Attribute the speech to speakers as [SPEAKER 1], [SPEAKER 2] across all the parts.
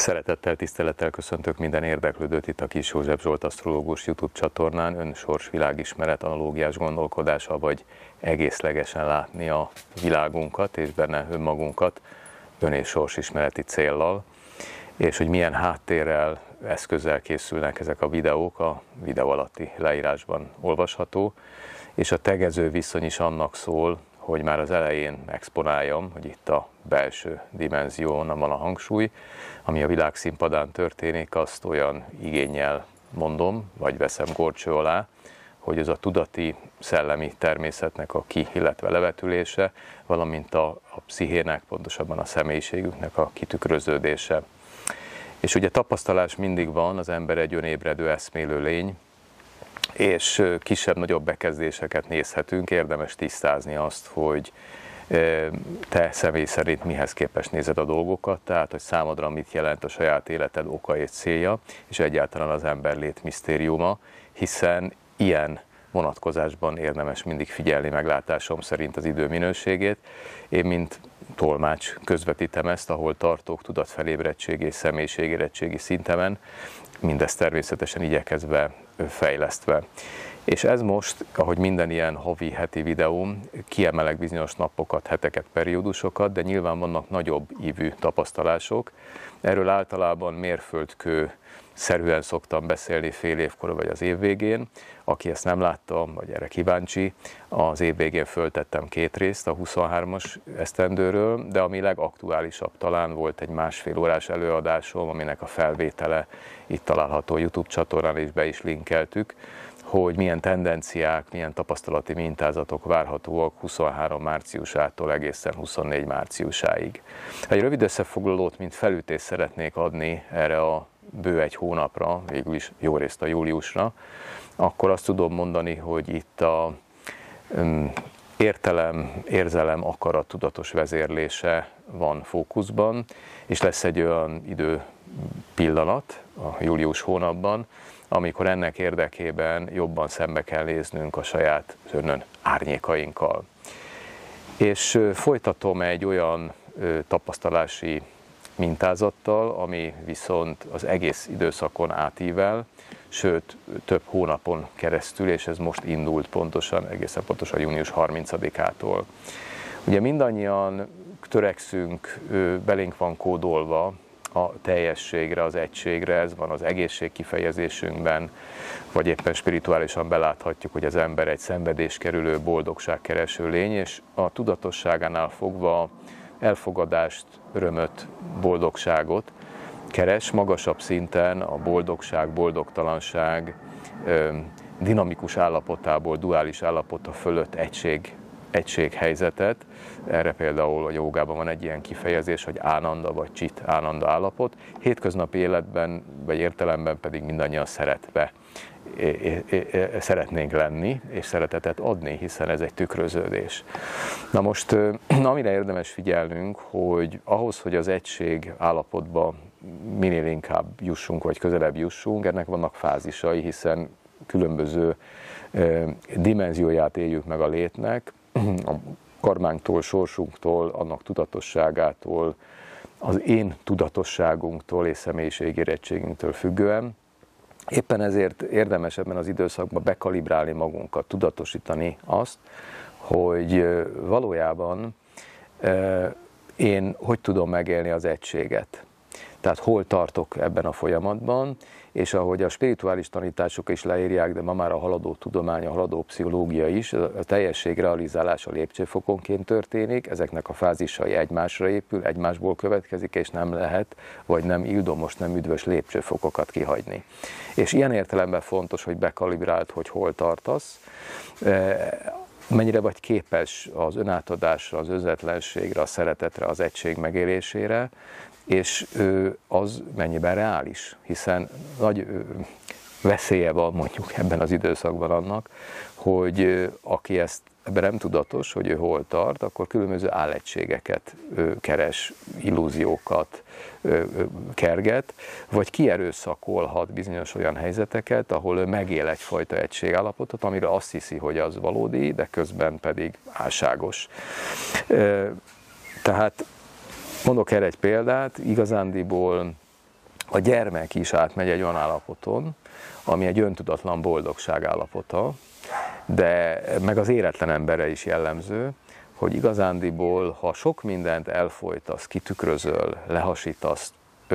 [SPEAKER 1] Szeretettel, tisztelettel köszöntök minden érdeklődőt itt a Kiss József Zsolt asztrológus YouTube csatornán. Ön sors világismeret, analógiás gondolkodása, vagy egészlegesen látni a világunkat és benne önmagunkat ön és sorsismereti céllal, és hogy milyen háttérrel, eszközzel készülnek ezek a videók, a videó alatti leírásban olvasható, és a tegező viszony is annak szól, hogy már az elején exponáljam, hogy itt a belső dimenzión van a hangsúly, ami a világszínpadán történik, azt olyan igénnyel mondom, vagy veszem górcső alá, hogy ez a tudati, szellemi természetnek a illetve levetülése, valamint a pszichének, pontosabban a személyiségünknek a kitükröződése. És ugye tapasztalás mindig van, az ember egy önébredő, eszmélő lény, és kisebb-nagyobb bekezdéseket nézhetünk, érdemes tisztázni azt, hogy te személy szerint mihez képest nézed a dolgokat, tehát hogy számodra mit jelent a saját életed oka és célja, és egyáltalán az emberlét misztériuma, hiszen ilyen vonatkozásban érdemes mindig figyelni meglátásom szerint az idő minőségét. Én, mint tolmács közvetítem ezt, ahol tartok tudatfelébredtségi és személyiségérettségi szintemen, mindezt természetesen igyekezve, fejlesztve. És ez most, ahogy minden ilyen havi, heti videóm, kiemelek bizonyos napokat, heteket, periódusokat, de nyilván vannak nagyobb ívű tapasztalások. Erről általában mérföldkő szerűen szoktam beszélni fél évkor vagy az év végén. Aki ezt nem látta, vagy erre kíváncsi, az év végén föltettem 2 részt a 23-as esztendőről, de ami legaktuálisabb talán volt egy 1,5 órás előadásom, aminek a felvétele itt található YouTube csatornán, és be is linkeltük, hogy milyen tendenciák, milyen tapasztalati mintázatok várhatóak 23 márciusától egészen 24 márciusáig. Egy rövid összefoglalót, mint felütést szeretnék adni erre a bő egy hónapra, végül is jó részt a júliusra, akkor azt tudom mondani, hogy itt a értelem, érzelem, akarat tudatos vezérlése van fókuszban, és lesz egy olyan időpillanat a július hónapban, amikor ennek érdekében jobban szembe kell néznünk a saját önön árnyékainkkal. És folytatom egy olyan tapasztalási mintázattal, ami viszont az egész időszakon átível, sőt több hónapon keresztül, és ez most indult pontosan, egészen pontosan június 30-ától. Ugye mindannyian törekszünk, belénk van kódolva a teljességre, az egységre, ez van az egészség kifejezésünkben, vagy éppen spirituálisan beláthatjuk, hogy az ember egy szenvedéskerülő, boldogságkereső lény, és a tudatosságánál fogva elfogadást, örömöt, boldogságot keres, magasabb szinten a boldogság, boldogtalanság dinamikus állapotából, duális állapota fölött egységhelyzetet. Erre például a jogában van egy ilyen kifejezés, hogy ánanda vagy csit ánanda állapot. Hétköznapi életben vagy értelemben pedig mindannyian szeretnénk lenni, és szeretetet adni, hiszen ez egy tükröződés. Na most, amire érdemes figyelnünk, hogy ahhoz, hogy az egység állapotba minél inkább jussunk, vagy közelebb jussunk, ennek vannak fázisai, hiszen különböző dimenzióját éljük meg a létnek, a karmánktól, sorsunktól, annak tudatosságától, az én tudatosságunktól és személyiségérettségünktől függően. Éppen ezért érdemes ebben az időszakban bekalibrálni magunkat, tudatosítani azt, hogy valójában én hogy tudom megélni az egységet. Tehát hol tartok ebben a folyamatban, és ahogy a spirituális tanítások is leírják, de ma már a haladó tudomány, a haladó pszichológia is, a teljesség realizálása lépcsőfokonként történik, ezeknek a fázisai egymásra épül, egymásból következik, és nem lehet, vagy nem ildomos, nem üdvös lépcsőfokokat kihagyni. És ilyen értelemben fontos, hogy bekalibrált, hogy hol tartasz, mennyire vagy képes az önátadásra, az önzetlenségre, a szeretetre, az egység megélésére, és az mennyiben reális, hiszen nagy veszélye van mondjuk ebben az időszakban annak, hogy aki ezt ebben nem tudatos, hogy ő hol tart, akkor különböző álegységeket keres, illúziókat kerget, vagy kierőszakolhat bizonyos olyan helyzeteket, ahol ő megél egyfajta egységállapotot, amire azt hiszi, hogy az valódi, de közben pedig álságos. Tehát mondok erre egy példát, igazándiból a gyermek is átmegy egy olyan állapoton, ami egy öntudatlan boldogság állapota, de meg az éretlen emberre is jellemző, hogy igazándiból, ha sok mindent elfojtasz, kitükrözöl, lehasítasz,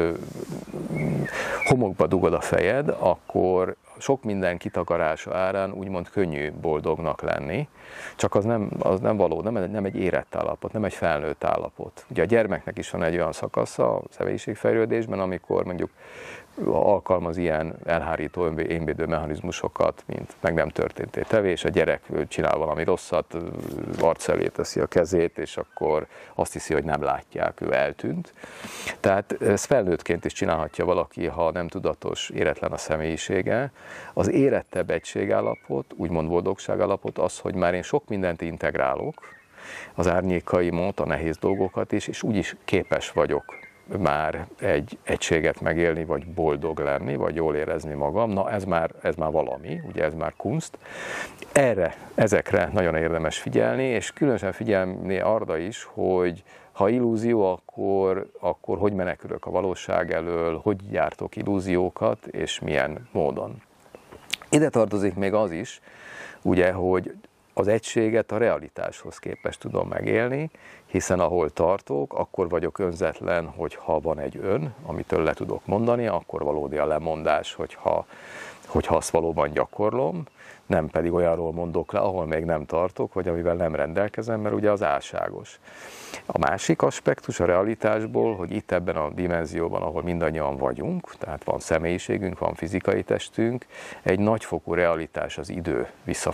[SPEAKER 1] homokba dugod a fejed, akkor sok minden kitakarása árán úgymond könnyű boldognak lenni, csak az nem való, nem egy érett állapot, nem egy felnőtt állapot. Ugye a gyermeknek is van egy olyan szakasza a személyiségfejlődésben, amikor mondjuk alkalmaz ilyen elhárító, önvédő mechanizmusokat, mint meg nem történt tevés, a gyerek csinál valami rosszat, arc elé teszi a kezét, és akkor azt hiszi, hogy nem látják, ő eltűnt. Tehát ezt felnőttként is csinálhatja valaki, ha nem tudatos, éretlen a személyisége. Az érettebb egységállapot, úgymond boldogságállapot az, hogy már én sok mindent integrálok, az árnyékaimat, a nehéz dolgokat is, és úgyis képes vagyok már egy egységet megélni, vagy boldog lenni, vagy jól érezni magam. Na ez már valami, ugye ez már kunst. Ezekre nagyon érdemes figyelni, és különösen figyelni arra is, hogy ha illúzió, akkor hogy menekülök a valóság elől, hogy gyártok illúziókat, és milyen módon. Ide tartozik még az is, ugye, hogy az egységet a realitáshoz képest tudom megélni, hiszen ahol tartok, akkor vagyok önzetlen, hogyha van egy ön, amitől le tudok mondani, akkor valódi a lemondás, hogyha azt valóban gyakorlom, nem pedig olyanról mondok le, ahol még nem tartok, vagy amivel nem rendelkezem, mert ugye az álságos. A másik aspektus a realitásból, hogy itt ebben a dimenzióban, ahol mindannyian vagyunk, tehát van személyiségünk, van fizikai testünk, egy nagyfokú realitás az idő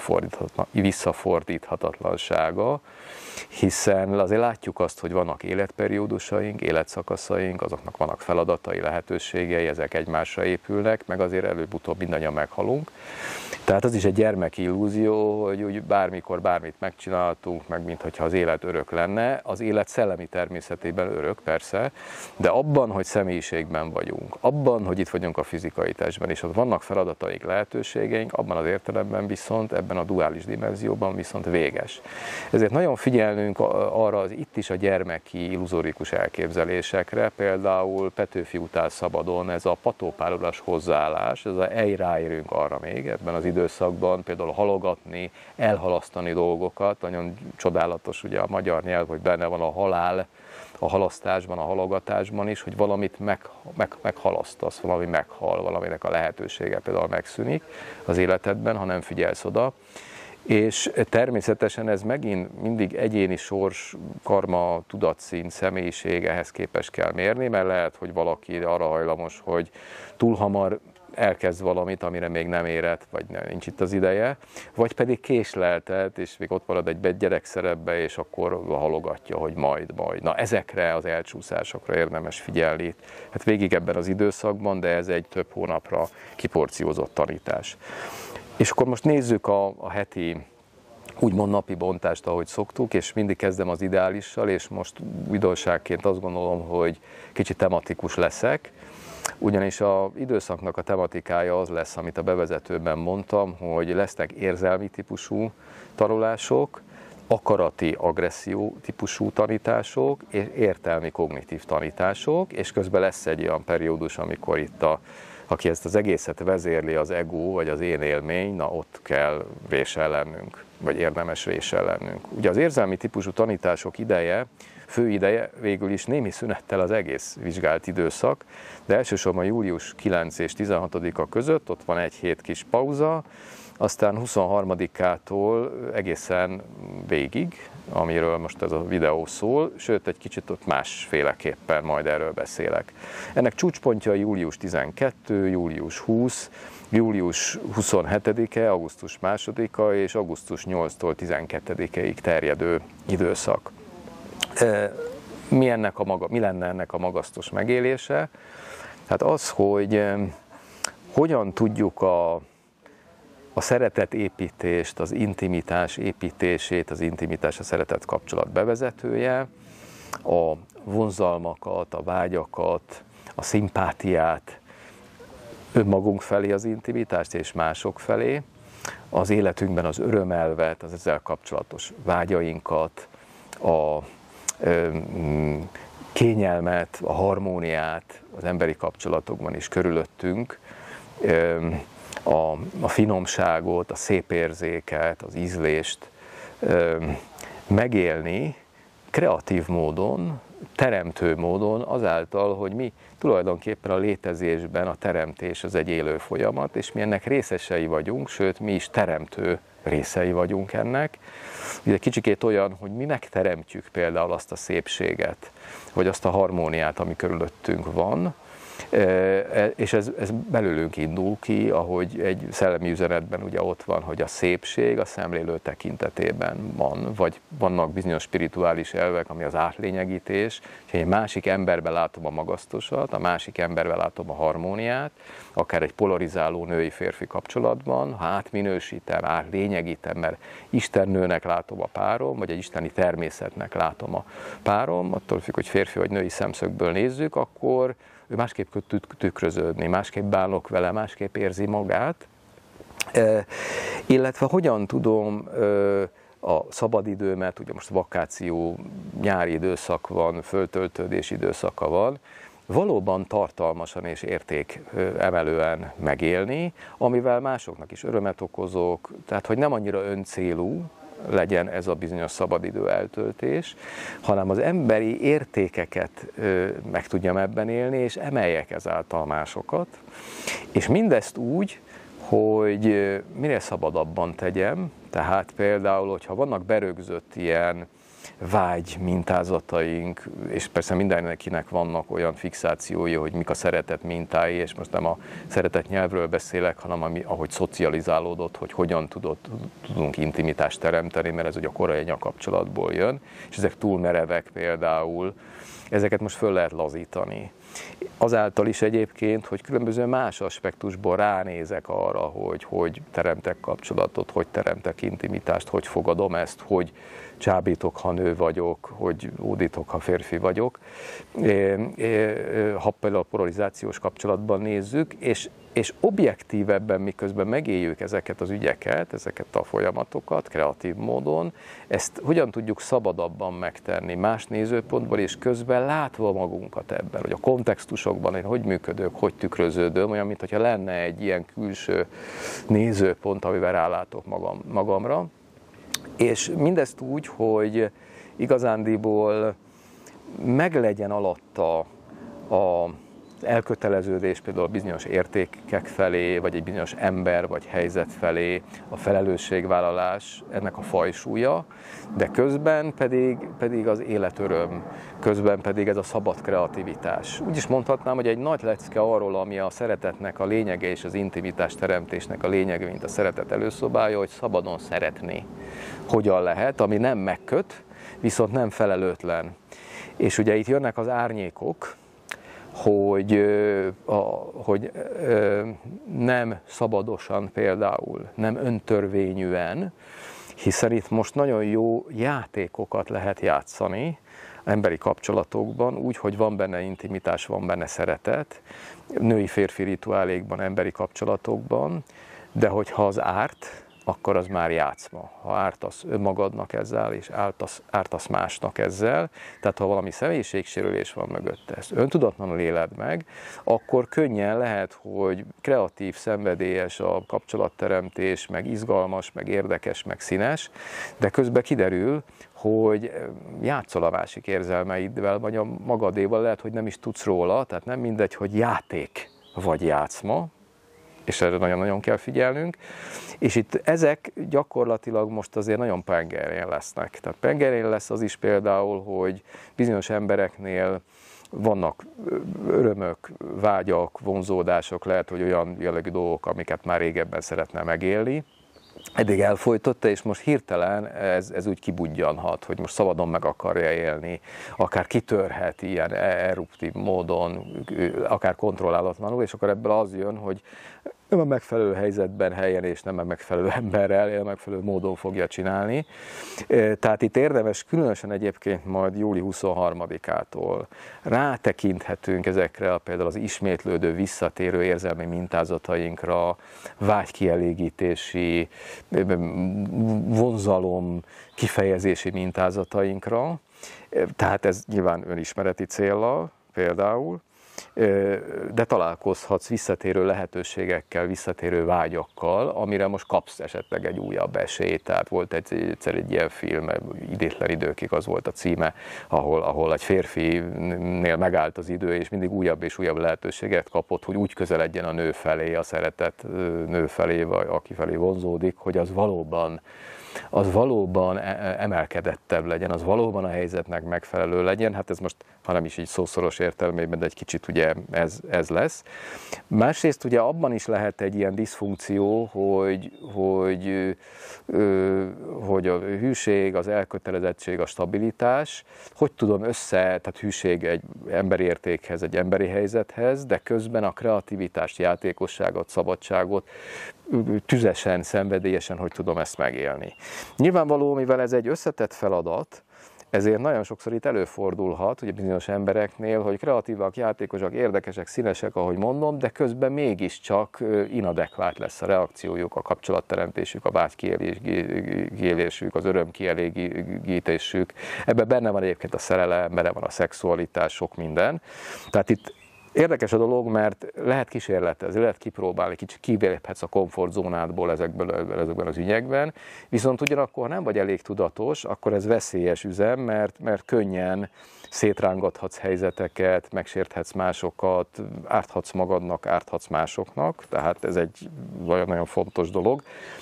[SPEAKER 1] visszafordíthatatlansága, hiszen azért látjuk azt, hogy vannak életperiódusaink, életszakaszaink, azoknak vannak feladatai, lehetőségei, ezek egymásra épülnek, meg azért előbb-utóbb mindannyian meghalunk. Tehát az is egy gyermeki illúzió, hogy úgy bármikor bármit megcsináltunk, meg mintha az élet örök lenne. Az élet szellemi természetében örök, persze, de abban, hogy személyiségben vagyunk, abban, hogy itt vagyunk a fizikai testben, és ott vannak feladataink, lehetőségeink, abban az értelemben viszont, ebben a duális dimenzióban viszont véges. Ezért nagyon figyelnünk arra itt is a gyermeki illuzórikus elképzelésekre, például Petőfi után szabadon ez a patópárolas hozzáállás, ez a ráérünk arra még ebben az időszakban, például halogatni, elhalasztani dolgokat, nagyon csodálatos ugye a magyar nyelv, hogy benne van a halál, a halasztásban, a halogatásban is, hogy valamit meghalasztasz, valami meghal, valaminek a lehetősége például megszűnik az életedben, ha nem figyelsz oda. És természetesen ez megint mindig egyéni sors, karma, tudatszint, személyiség, ehhez képest kell mérni, mert lehet, hogy valaki arra hajlamos, hogy túl hamar elkezd valamit, amire még nem érett, vagy nincs itt az ideje, vagy pedig késleltet, és még ott marad egy gyerekszerepbe, és akkor halogatja, hogy majd. Na ezekre az elcsúszásokra érdemes figyelni. Hát végig ebben az időszakban, de ez egy több hónapra kiporciózott tanítás. És akkor most nézzük a heti, úgymond napi bontást, ahogy szoktuk, és mindig kezdem az ideálissal, és most újdonságként azt gondolom, hogy kicsit tematikus leszek, ugyanis az időszaknak a tematikája az lesz, amit a bevezetőben mondtam, hogy lesznek érzelmi típusú tanulások, akarati agresszió típusú tanítások, és értelmi kognitív tanítások, és közben lesz egy olyan periódus, amikor itt aki ezt az egészet vezérli, az ego vagy az én élmény, na ott kell véssel lennünk, vagy érdemes véssel lennünk. Ugye az érzelmi típusú tanítások ideje, fő ideje végül is némi szünettel az egész vizsgált időszak, de elsősorban július 9 és 16-a között, ott van egy hét kis pauza, aztán 23-ától egészen végig, amiről most ez a videó szól, sőt egy kicsit ott másféleképpen majd erről beszélek. Ennek csúcspontja július 12, július 20, július 27-e, augusztus 2-a és augusztus 8-tól 12-ig terjedő időszak. Mi lenne ennek a magasztos megélése? Hát az, hogy hogyan tudjuk a szeretetépítést, az intimitás építését, az intimitás a szeretet kapcsolat bevezetője, a vonzalmakat, a vágyakat, a szimpátiát, önmagunk felé az intimitást és mások felé, az életünkben az örömelvet, az ezzel kapcsolatos vágyainkat, a kényelmet, a harmóniát az emberi kapcsolatokban is körülöttünk, a finomságot, a szép érzéket, az ízlést megélni kreatív módon, teremtő módon, azáltal, hogy mi tulajdonképpen a létezésben a teremtés az egy élő folyamat, és mi ennek részesei vagyunk, sőt, mi is teremtő részei vagyunk ennek. Ugye kicsikét olyan, hogy mi megteremtjük például azt a szépséget, vagy azt a harmóniát, ami körülöttünk van, és ez belőlünk indul ki, ahogy egy szellemi üzenetben ugye ott van, hogy a szépség a szemlélő tekintetében van, vagy vannak bizonyos spirituális elvek, ami az átlényegítés, és egy másik emberben látom a magasztosat, a másik emberben látom a harmóniát, akár egy polarizáló női-férfi kapcsolatban, ha átminősítem, átlényegítem, mert istennőnek látom a párom, vagy egy isteni természetnek látom a párom, attól függ, hogy férfi vagy női szemszögből nézzük, akkor ő másképp tud tükröződni, másképp bánok vele, másképp érzi magát, illetve hogyan tudom a szabadidőmet, ugye most vakáció, nyári időszak van, föltöltődés időszaka van, valóban tartalmasan és értékemelően megélni, amivel másoknak is örömet okozok, tehát hogy nem annyira öncélú legyen ez a bizonyos szabadidő eltöltés, hanem az emberi értékeket meg tudjam ebben élni, és emeljek ezáltal másokat. És mindezt úgy, hogy minél szabadabban tegyem, tehát például, hogyha vannak berögzött ilyen vágy mintázataink, és persze mindenkinek vannak olyan fixációi, hogy mik a szeretet mintái, és most nem a szeretet nyelvről beszélek, hanem ahogy szocializálódott, hogy hogyan tudunk intimitást teremteni, mert ez ugye a korai anyakapcsolatból jön, és ezek túl merevek például, ezeket most föl lehet lazítani. Azáltal is egyébként, hogy különböző más aspektusból ránézek arra, hogy teremtek kapcsolatot, hogy teremtek intimitást, hogy fogadom ezt, hogy csábítok, ha nő vagyok, hogy ódítok, ha férfi vagyok. Ha például a polarizációs kapcsolatban nézzük, és objektívebben, miközben megéljük ezeket az ügyeket, ezeket a folyamatokat kreatív módon, ezt hogyan tudjuk szabadabban megtenni más nézőpontból, és közben látva magunkat ebben, hogy a kontextusokban én hogy működök, hogy tükröződöm, olyan, mintha lenne egy ilyen külső nézőpont, amivel rálátok magamra. És mindezt úgy, hogy igazándiból meglegyen alatta az elköteleződés például bizonyos értékek felé, vagy egy bizonyos ember vagy helyzet felé, a felelősségvállalás, ennek a fajsúlya, de közben pedig az életöröm, közben pedig ez a szabad kreativitás. Úgy is mondhatnám, hogy egy nagy lecke arról, ami a szeretetnek a lényege és az intimitás teremtésnek a lényege, mint a szeretet előszobája, hogy szabadon szeretni. Hogyan lehet, ami nem megköt, viszont nem felelőtlen. És ugye itt jönnek az árnyékok, hogy nem szabadosan például, nem öntörvényűen, hiszen itt most nagyon jó játékokat lehet játszani emberi kapcsolatokban, úgy, hogy van benne intimitás, van benne szeretet, női-férfi rituálékban, emberi kapcsolatokban, de hogyha az árt, akkor az már játszma. Ha ártasz önmagadnak ezzel, és ártasz másnak ezzel, tehát ha valami személyiségsérülés van mögötte, ezt öntudatlanul éled meg, akkor könnyen lehet, hogy kreatív, szenvedélyes a kapcsolatteremtés, meg izgalmas, meg érdekes, meg színes, de közben kiderül, hogy játszol a másik érzelmeiddel, vagy a magadéval, lehet, hogy nem is tudsz róla, tehát nem mindegy, hogy játék vagy játszma, és erre nagyon-nagyon kell figyelnünk, és itt ezek gyakorlatilag most azért nagyon pengerén lesznek. Tehát pengerén lesz az is például, hogy bizonyos embereknél vannak örömök, vágyak, vonzódások, lehet, hogy olyan jellegű dolgok, amiket már régebben szeretne megélni, eddig elfojtotta, és most hirtelen ez úgy kibudjanhat, hogy most szabadon meg akarja élni, akár kitörhet ilyen eruptív módon, akár kontrollálatlanul, és akkor ebből az jön, hogy nem a megfelelő helyzetben, helyen és nem a megfelelő emberrel, a megfelelő módon fogja csinálni. Tehát itt érdemes különösen egyébként majd júli 23-ától rátekinthetünk ezekre például az ismétlődő, visszatérő érzelmi mintázatainkra, vágykielégítési, vonzalom kifejezési mintázatainkra, Tehát ez nyilván önismereti céllal például, de találkozhatsz visszatérő lehetőségekkel, visszatérő vágyakkal, amire most kapsz esetleg egy újabb esélyt. Tehát volt egyszer egy ilyen film, Idétlen időkig az volt a címe, ahol egy férfinél megállt az idő, és mindig újabb és újabb lehetőséget kapott, hogy úgy közeledjen a nő felé, a szeretett nő felé, vagy aki felé vonzódik, hogy az valóban emelkedettebb legyen, az valóban a helyzetnek megfelelő legyen, hát ez most, ha nem is így szószoros értelmében, de egy kicsit ugye ez lesz. Másrészt ugye abban is lehet egy ilyen diszfunkció, hogy a hűség, az elkötelezettség, a stabilitás, hogy tudom tehát hűség egy emberi értékhez, egy emberi helyzethez, de közben a kreativitást, játékosságot, szabadságot tüzesen, szenvedélyesen, hogy tudom ezt megélni. Nyilvánvaló, mivel ez egy összetett feladat, ezért nagyon sokszor itt előfordulhat, ugye bizonyos embereknél, hogy kreatívak, játékosak, érdekesek, színesek, ahogy mondom, de közben mégiscsak inadekvát lesz a reakciójuk, a kapcsolatteremtésük, a vágykiélésük, az örömkielégítésük. Ebben benne van egyébként a szerelem, benne van a szexualitás, sok minden. Tehát itt érdekes a dolog, mert lehet kísérletezni, lehet kipróbálni, kicsit kiléphetsz a komfortzónádból ezekben az ügyekben, viszont ugyanakkor, ha nem vagy elég tudatos, akkor ez veszélyes üzem, mert könnyen szétrángathatsz helyzeteket, megsérthetsz másokat, árthatsz magadnak, árthatsz másoknak, tehát ez egy nagyon fontos dolog.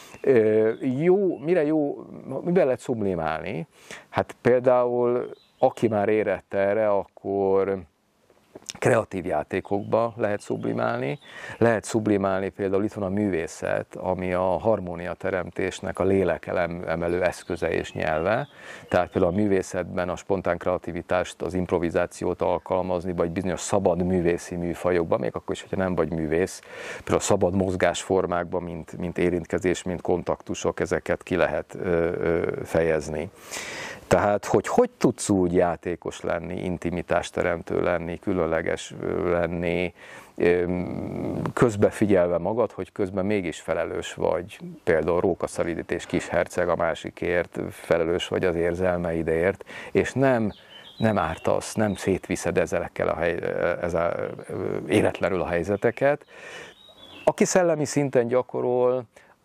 [SPEAKER 1] Miben lehet sublimálni? Hát például, aki már érett erre, akkor kreatív játékokba lehet sublimálni. Lehet sublimálni, például itt van a művészet, ami a harmóniateremtésnek a lélek-emelő eszköze és nyelve. Tehát például a művészetben a spontán kreativitást, az improvizációt alkalmazni, vagy bizonyos szabad művészi műfajokban, még akkor is, hogyha nem vagy művész, például a szabad mozgásformákban, mint érintkezés, mint kontaktusok, ezeket ki lehet fejezni. Tehát, hogy tudsz úgy játékos lenni, intimitásteremtő lenni, különleges lenni, közben figyelve magad, hogy közben mégis felelős vagy, például Róka Szaridit Kisherceg a másikért, felelős vagy az érzelmeidért, és nem ártasz, nem szétviszed ezzel éretlenül a helyzeteket. Aki szellemi szinten gyakorol,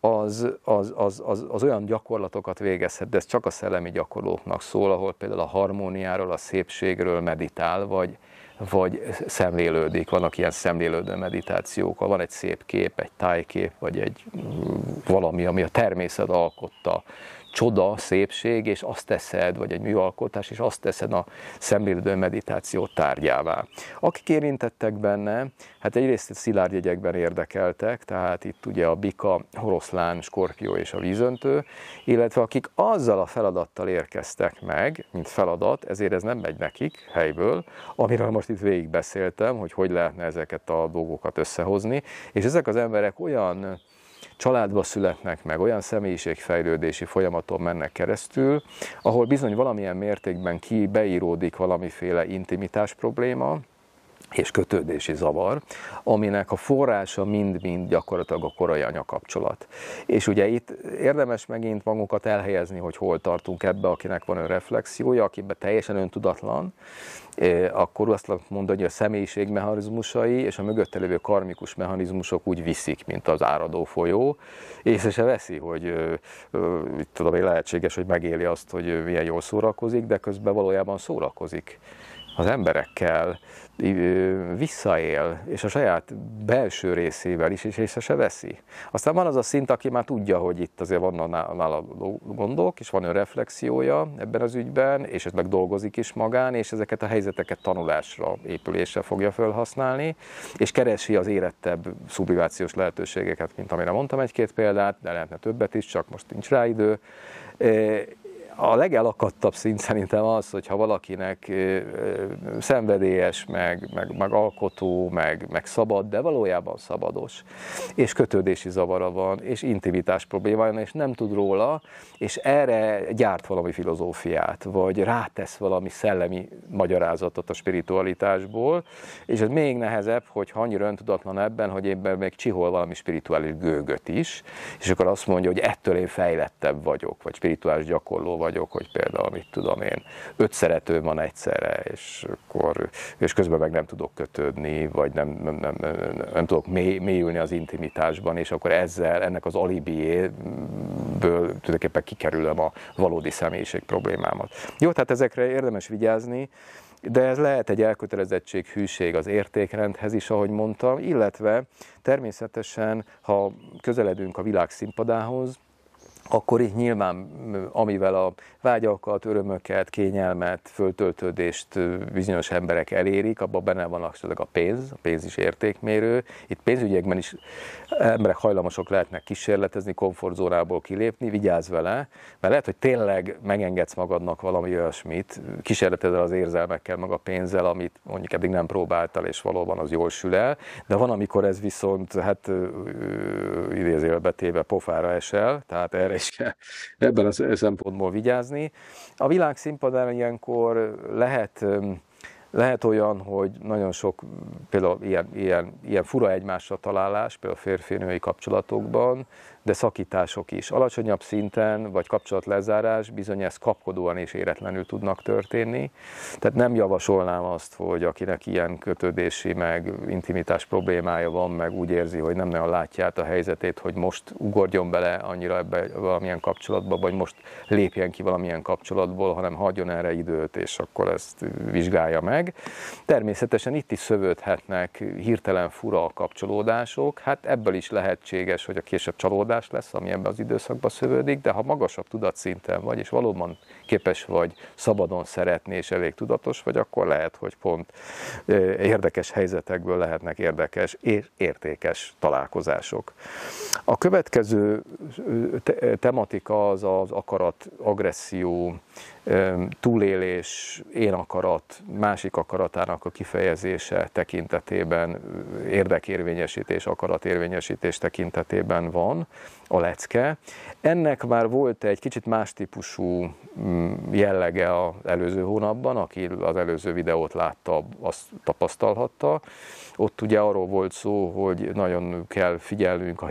[SPEAKER 1] az olyan gyakorlatokat végezhet, de ez csak a szellemi gyakorlóknak szól, ahol például a harmóniáról, a szépségről meditál, vagy szemlélődik. Vannak ilyen szemlélődő meditációk, van egy szép kép, egy tájkép, vagy egy valami, ami a természet alkotta, csoda, szépség, és azt teszed, vagy egy műalkotás, és azt teszed a szemlélődő meditáció tárgyává. Akik érintettek benne, hát egyrészt szilárd jegyekben érdekeltek, tehát itt ugye a bika, oroszlán, skorpió és a vízöntő, illetve akik azzal a feladattal érkeztek meg, mint feladat, ezért ez nem megy nekik helyből, amiről most itt végig beszéltem, hogy lehetne ezeket a dolgokat összehozni, és ezek az emberek olyan családba születnek meg, olyan személyiségfejlődési folyamaton mennek keresztül, ahol bizony valamilyen mértékben beíródik valamiféle intimitás probléma, és kötődési zavar, aminek a forrása mind-mind gyakorlatilag a korai anyakapcsolat. És ugye itt érdemes megint magunkat elhelyezni, hogy hol tartunk ebbe, akinek van önreflexiója, akiben teljesen öntudatlan, akkor azt lehet mondani, hogy a személyiségmechanizmusai és a mögötte lévő karmikus mechanizmusok úgy viszik, mint az áradó folyó, észre se veszi, hogy lehetséges, hogy megéli azt, hogy milyen jól szórakozik, de közben valójában szórakozik az emberekkel, visszaél, és a saját belső részével is, és észre se veszi. Aztán van az a szint, aki már tudja, hogy itt azért vannak nála gondok, és van önreflexiója ebben az ügyben, és ez meg dolgozik is magán, és ezeket a helyzeteket tanulásra, épülésre fogja felhasználni, és keresi az érettebb szublimációs lehetőségeket, mint amire mondtam egy-két példát, de lehetne többet is, csak most nincs rá idő. A legelakadtabb szint szerintem az, hogyha valakinek szenvedélyes, meg alkotó, meg szabad, de valójában szabados, és kötődési zavara van, és intimitás problémája van, és nem tud róla, és erre gyárt valami filozófiát, vagy rátesz valami szellemi magyarázatot a spiritualitásból, és ez még nehezebb, hogyha annyira öntudatlan ebben, hogy ebben még csihol valami spirituális gőgöt is, és akkor azt mondja, hogy ettől én fejlettebb vagyok, vagy spirituális gyakorló vagyok, hogy például, mit tudom én, 5 szeretőm van egyszerre, és közben meg nem tudok kötődni, vagy nem tudok mélyülni az intimitásban, és akkor ennek az alibiéből tulajdonképpen kikerülöm a valódi személyiség problémámat. Jó, tehát ezekre érdemes vigyázni, de ez lehet egy elkötelezettség, hűség az értékrendhez is, ahogy mondtam, illetve természetesen, ha közeledünk a világ színpadához, akkor itt nyilván, amivel a vágyakat, örömöket, kényelmet, föltöltődést bizonyos emberek elérik, abban benne van a pénz is értékmérő. Itt pénzügyekben is emberek hajlamosok lehetnek kísérletezni, komfortzónából kilépni, vigyázz vele, mert lehet, hogy tényleg megengedsz magadnak valami olyasmit, kísérletezel az érzelmekkel, meg a pénzzel, amit mondjuk eddig nem próbáltál, és valóban az jól sül el, de van, amikor ez viszont, hát idézőjelbe téve pofára esel, tehát erre is kell ebben a szempontból vigyázni. A világ színpadán ilyenkor lehet olyan, hogy nagyon sok például ilyen fura egymásra találás, például férfi-női kapcsolatokban, de szakítások is. Alacsonyabb szinten, vagy kapcsolatlezárás bizony ez kapkodóan és éretlenül tudnak történni. Tehát nem javasolnám azt, hogy akinek ilyen kötődési, meg intimitás problémája van, meg úgy érzi, hogy nem nagyon látja át a helyzetét, hogy most ugorjon bele annyira ebbe valamilyen kapcsolatba, vagy most lépjen ki valamilyen kapcsolatból, hanem hagyjon erre időt, és akkor ezt vizsgálja meg. Természetesen itt is szövődhetnek hirtelen fura kapcsolódások, hát ebből is lehetséges, hogy a később csalódás lesz, ami ebben az időszakban szövődik, de ha magasabb tudatszinten vagy, és valóban képes vagy szabadon szeretni, és elég tudatos vagy, akkor lehet, hogy pont érdekes helyzetekből lehetnek érdekes és értékes találkozások. A következő tematika az az akarat, agresszió, túlélés, én akarat, másik akaratának a kifejezése tekintetében, érdekérvényesítés, akaratérvényesítés tekintetében van a lecke. Ennek már volt egy kicsit más típusú jellege az előző hónapban, aki az előző videót látta, azt tapasztalhatta. Ott ugye arról volt szó, hogy nagyon kell figyelnünk a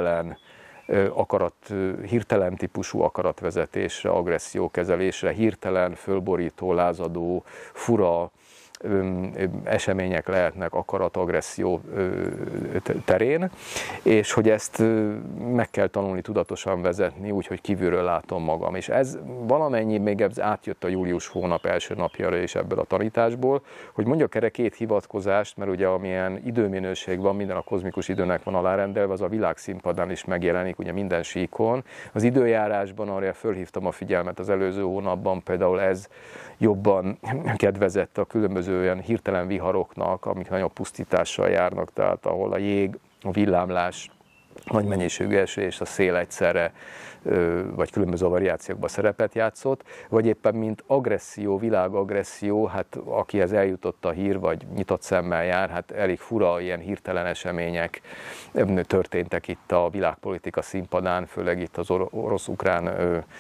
[SPEAKER 1] hirtelen típusú akaratvezetésre, agressziókezelésre, hirtelen, fölborító, lázadó, fura események lehetnek akarat-agresszió terén, és hogy ezt meg kell tanulni tudatosan vezetni, úgyhogy kívülről látom magam. És ez valamennyi még átjött a július hónap első napjára is ebből a tanításból, hogy mondjak erre 2 hivatkozást, mert ugye amilyen időminőség van, minden a kozmikus időnek van alárendelve, az a világszínpadán is megjelenik, ugye minden síkon. Az időjárásban arra fölhívtam a figyelmet az előző hónapban, például ez jobban kedvezett a különböző olyan hirtelen viharoknak, amik nagyon pusztítással járnak, tehát ahol a jég, a villámlás, nagy mennyiségű eső és a szél egyszerre, vagy különböző variációkban szerepet játszott, vagy éppen mint agresszió, világagresszió, hát akihez eljutott a hír, vagy nyitott szemmel jár, hát elég fura ilyen hirtelen események történtek itt a világpolitika színpadán, főleg itt az orosz-ukrán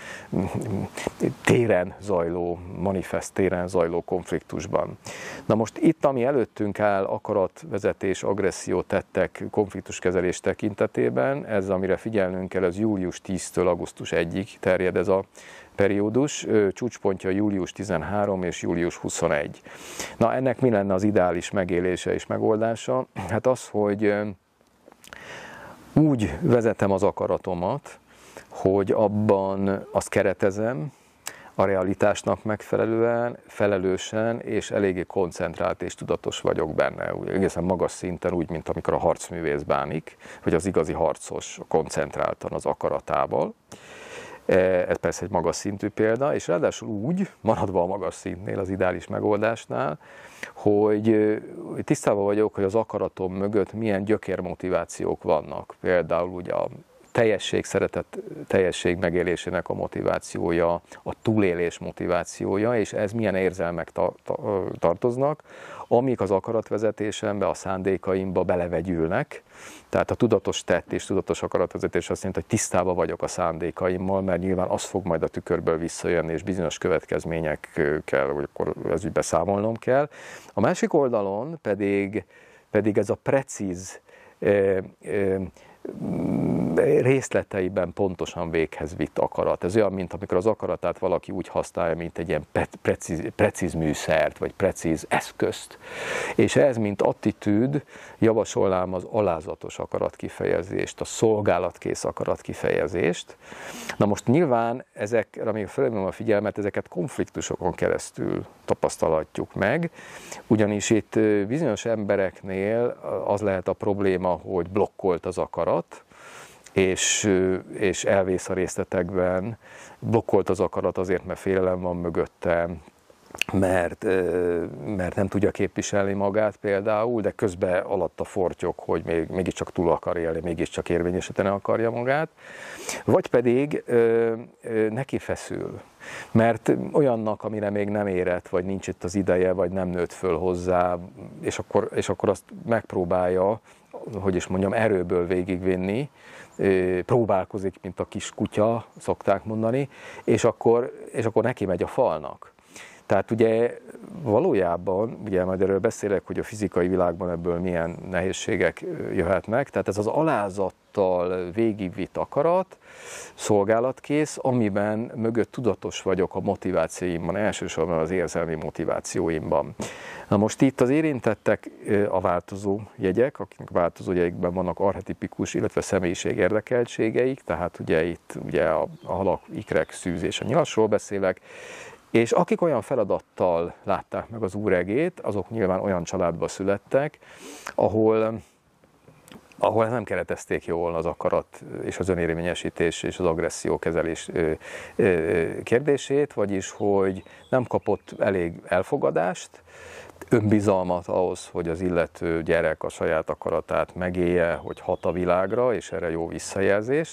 [SPEAKER 1] manifest téren zajló konfliktusban. Na most itt, ami előttünk áll, akaratvezetés, agresszió tettek, konfliktuskezelés tekintetében, ez, amire figyelnünk kell, az július 10-től augusztus 1-ig terjed ez a periódus, csúcspontja július 13 és július 21. Na, ennek mi lenne az ideális megélése és megoldása? Hát az, hogy úgy vezetem az akaratomat, hogy abban azt keretezem, a realitásnak megfelelően, felelősen és eléggé koncentrált és tudatos vagyok benne. Egészen magas szinten, úgy, mint amikor a harcművész bánik, hogy az igazi harcos koncentráltan az akaratával. Ez persze egy magas szintű példa, és ráadásul úgy, maradva a magas szintnél, az ideális megoldásnál, hogy tisztában vagyok, hogy az akaratom mögött milyen gyökérmotivációk vannak. Például ugye a teljesség megélésének a motivációja, a túlélés motivációja, és ez milyen érzelmek tartoznak, amik az akaratvezetésembe, a szándékaimba belevegyülnek. Tehát a tudatos tett és tudatos akaratvezetés azt jelenti, hogy tisztában vagyok a szándékaimmal, mert nyilván az fog majd a tükörből visszajönni, és bizonyos következményekkel, hogy akkor ez ügybe számolnom kell. A másik oldalon pedig ez a precíz részleteiben pontosan véghez vitt akarat. Ez olyan, mint amikor az akaratát valaki úgy használja, mint egy ilyen precíz műszert, vagy precíz eszközt. És ez, mint attitűd, javasolnám az alázatos akaratkifejezést, a szolgálatkész akaratkifejezést. Na most nyilván ezekre, amíg felhívom a figyelmet, ezeket konfliktusokon keresztül tapasztalhatjuk meg, ugyanis itt bizonyos embereknél az lehet a probléma, hogy blokkolt az akarat, és elvész a részletekben, blokkolt az akarat azért, mert félelem van mögötte, mert nem tudja képviselni magát például, de közben alatta fortyog, hogy mégiscsak túl akar élni, mégiscsak érvényesíteni akarja magát, vagy pedig neki feszül, mert olyannak, amire még nem érett, vagy nincs itt az ideje, vagy nem nőtt föl hozzá, és akkor azt megpróbálja, hogy is mondjam, erőből végigvinni, próbálkozik, mint a kis kutya, szokták mondani, és akkor neki megy a falnak. Tehát ugye valójában, ugye majd erről beszélek, hogy a fizikai világban ebből milyen nehézségek jöhetnek, tehát ez az alázattal végigvitt akarat, szolgálatkész, amiben mögött tudatos vagyok a motivációimban, elsősorban az érzelmi motivációimban. Na most itt az érintettek a változó jegyek, akik változó jegyekben vannak archetipikus, illetve személyiség érdekeltségeik, tehát ugye itt ugye a halak, ikrek, szűz és a nyilasról beszélek, és akik olyan feladattal látták meg az úregét, azok nyilván olyan családba születtek, ahol nem keretezték jól az akarat és az önérvényesítés és az agressziókezelés kérdését, vagyis hogy nem kapott elég elfogadást, önbizalmat ahhoz, hogy az illető gyerek a saját akaratát megélje, hogy hat a világra, és erre jó visszajelzést,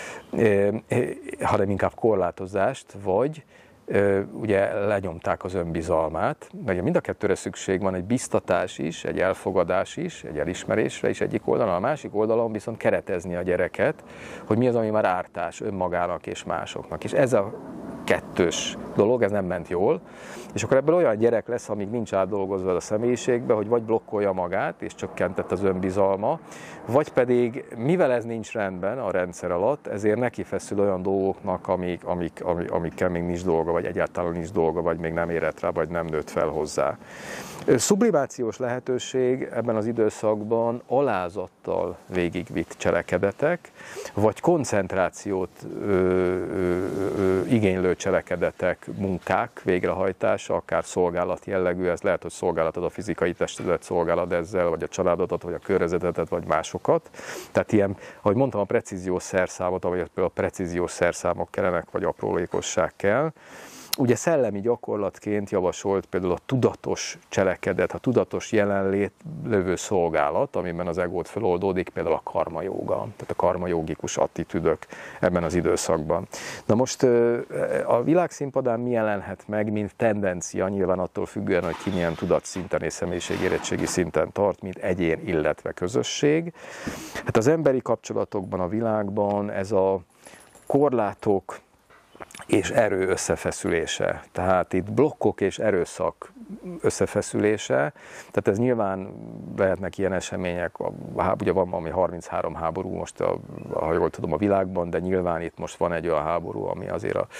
[SPEAKER 1] hanem inkább korlátozást, vagy ugye lenyomták az önbizalmát, mert mind a kettőre szükség van, egy biztatás is, egy elfogadás is, egy elismerésre is egyik oldalon, a másik oldalon viszont keretezni a gyereket, hogy mi az, ami már ártás önmagának és másoknak. És ez a kettős dolog, ez nem ment jól, és akkor ebből olyan gyerek lesz, amíg nincs átdolgozva a személyiségbe, hogy vagy blokkolja magát, és csökkentett az önbizalma, vagy pedig, mivel ez nincs rendben a rendszer alatt, ezért neki feszül olyan dolgoknak, amikkel még nincs dolga, vagy egyáltalán nincs dolga, vagy még nem érett rá, vagy nem nőtt fel hozzá. Szublimációs lehetőség ebben az időszakban alázattal végigvitt cselekedetek, vagy koncentrációt igénylő cselekedetek, munkák végrehajtása, akár szolgálat jellegű, ez lehet, hogy szolgálatod a fizikai testedet szolgálod ezzel, vagy a családodat, vagy a környezetedet, vagy másokat. Tehát ilyen, ahogy mondtam, a precíziós szerszámot, vagy például a precíziós szerszámok kellenek, vagy aprólékosság kell. Ugye szellemi gyakorlatként javasolt például a tudatos cselekedet, a tudatos jelenlét lévő szolgálat, amiben az egót feloldódik, például a karma jóga, tehát a karmajógikus attitűdök ebben az időszakban. Na most a világszínpadán mi jelenhet meg, mint tendencia, nyilván attól függően, hogy ki milyen tudatszinten és személyiségérettségi szinten tart, mint egyén, illetve közösség. Hát az emberi kapcsolatokban, a világban ez a korlátok és erő összefeszülése. Tehát itt blokkok és erőszak összefeszülése. Tehát ez nyilván lehetnek ilyen események, ugye van valami 33 háború most, ha jól tudom, a világban, de nyilván itt most van egy olyan háború, ami azért a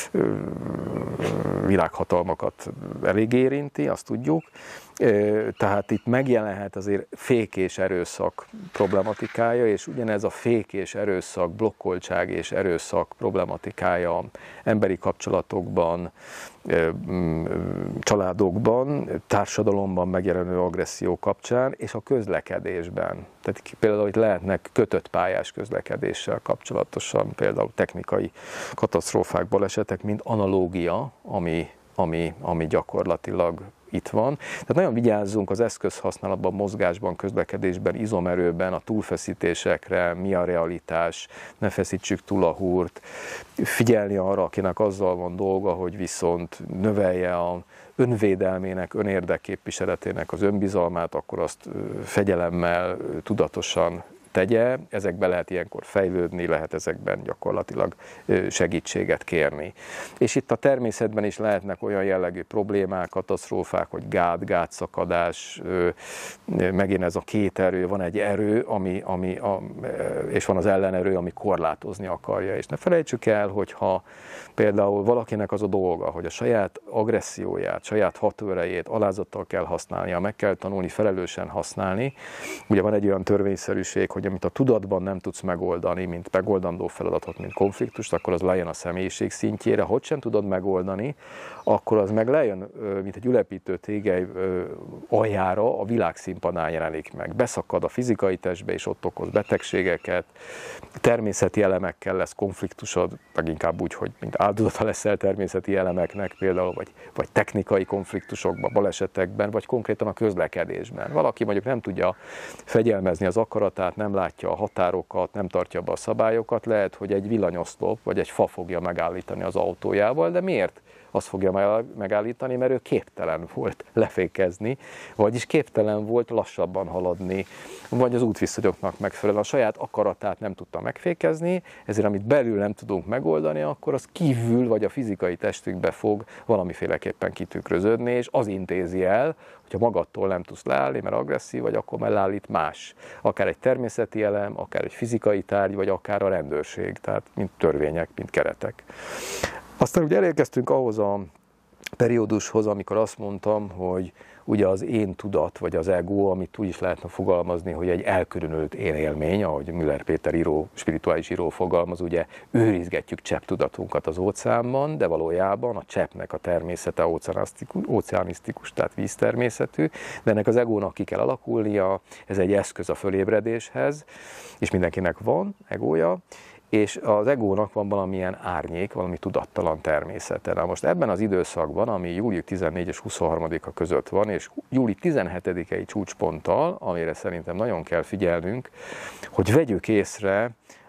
[SPEAKER 1] világhatalmakat elég érinti, azt tudjuk. Tehát itt megjelenhet azért fék és erőszak problematikája, és ugyanez a fék és erőszak, blokkoltság és erőszak problematikája emberi kapcsolatokban, családokban, társadalomban megjelenő agresszió kapcsán, és a közlekedésben. Tehát például itt lehetnek kötött pályás közlekedéssel kapcsolatosan, például technikai katasztrófák, balesetek, mint analógia, ami gyakorlatilag itt van. Tehát nagyon vigyázzunk az eszközhasználatban, mozgásban, közlekedésben, izomerőben, a túlfeszítésekre, mi a realitás, ne feszítsük túl a húrt, figyelni arra, akinek azzal van dolga, hogy viszont növelje a önvédelmének, önérdek képviseletének az önbizalmát, akkor azt fegyelemmel, tudatosan tegye, ezekben lehet ilyenkor fejlődni, lehet ezekben gyakorlatilag segítséget kérni. És itt a természetben is lehetnek olyan jellegű problémák, katasztrófák, hogy gátszakadás, megint ez a két erő, van egy erő, és van az ellenerő, ami korlátozni akarja. És ne felejtsük el, hogyha például valakinek az a dolga, hogy a saját agresszióját, saját hatőrejét alázattal kell használnia, meg kell tanulni felelősen használni. Ugye van egy olyan törvényszerűség, hogy amit a tudatban nem tudsz megoldani, mint megoldandó feladatot, mint konfliktust, akkor az lejön a személyiség szintjére. Hogy sem tudod megoldani, akkor az meg lejön, mint egy ülepítő tégely aljára, a világ színpadán jelenik meg. Beszakad a fizikai testbe, és ott okoz betegségeket, természeti elemekkel lesz konfliktusod, meg inkább úgy, hogy mint áldozata leszel természeti elemeknek például, vagy technikai konfliktusokban, balesetekben, vagy konkrétan a közlekedésben. Valaki mondjuk nem tudja fegyelmezni az akaratát, nem látja a határokat, nem tartja be a szabályokat, lehet, hogy egy villanyoszlop vagy egy fa fogja megállítani az autójával, de miért azt fogja megállítani? Mert ő képtelen volt lefékezni, vagyis képtelen volt lassabban haladni, vagy az útviszonyoknak megfelelően a saját akaratát nem tudta megfékezni, ezért amit belül nem tudunk megoldani, akkor az kívül vagy a fizikai testünkbe fog valamiféleképpen kitükröződni, és az intézi el, hogyha magadtól nem tudsz leállni, mert agresszív vagy, akkor leállít más. Akár egy természeti elem, akár egy fizikai tárgy, vagy akár a rendőrség, tehát mint törvények, mint keretek. Aztán ugye elérkeztünk ahhoz a periódushoz, amikor azt mondtam, hogy ugye az én tudat, vagy az ego, amit úgy is lehetne fogalmazni, hogy egy elkülönült én élmény, ahogy Müller Péter író, spirituális író fogalmaz, ugye őrizgetjük csepp tudatunkat az óceánban, de valójában a cseppnek a természete óceánisztikus, tehát víztermészetű, de ennek az egónak ki kell alakulnia, ez egy eszköz a fölébredéshez, és mindenkinek van egója, és az egónak van valamilyen árnyék, valami tudattalan természete. Na most ebben az időszakban, ami július 14 és 23-a között van, és július 17-i csúcsponttal, amire szerintem nagyon kell figyelnünk, hogy vegyük észre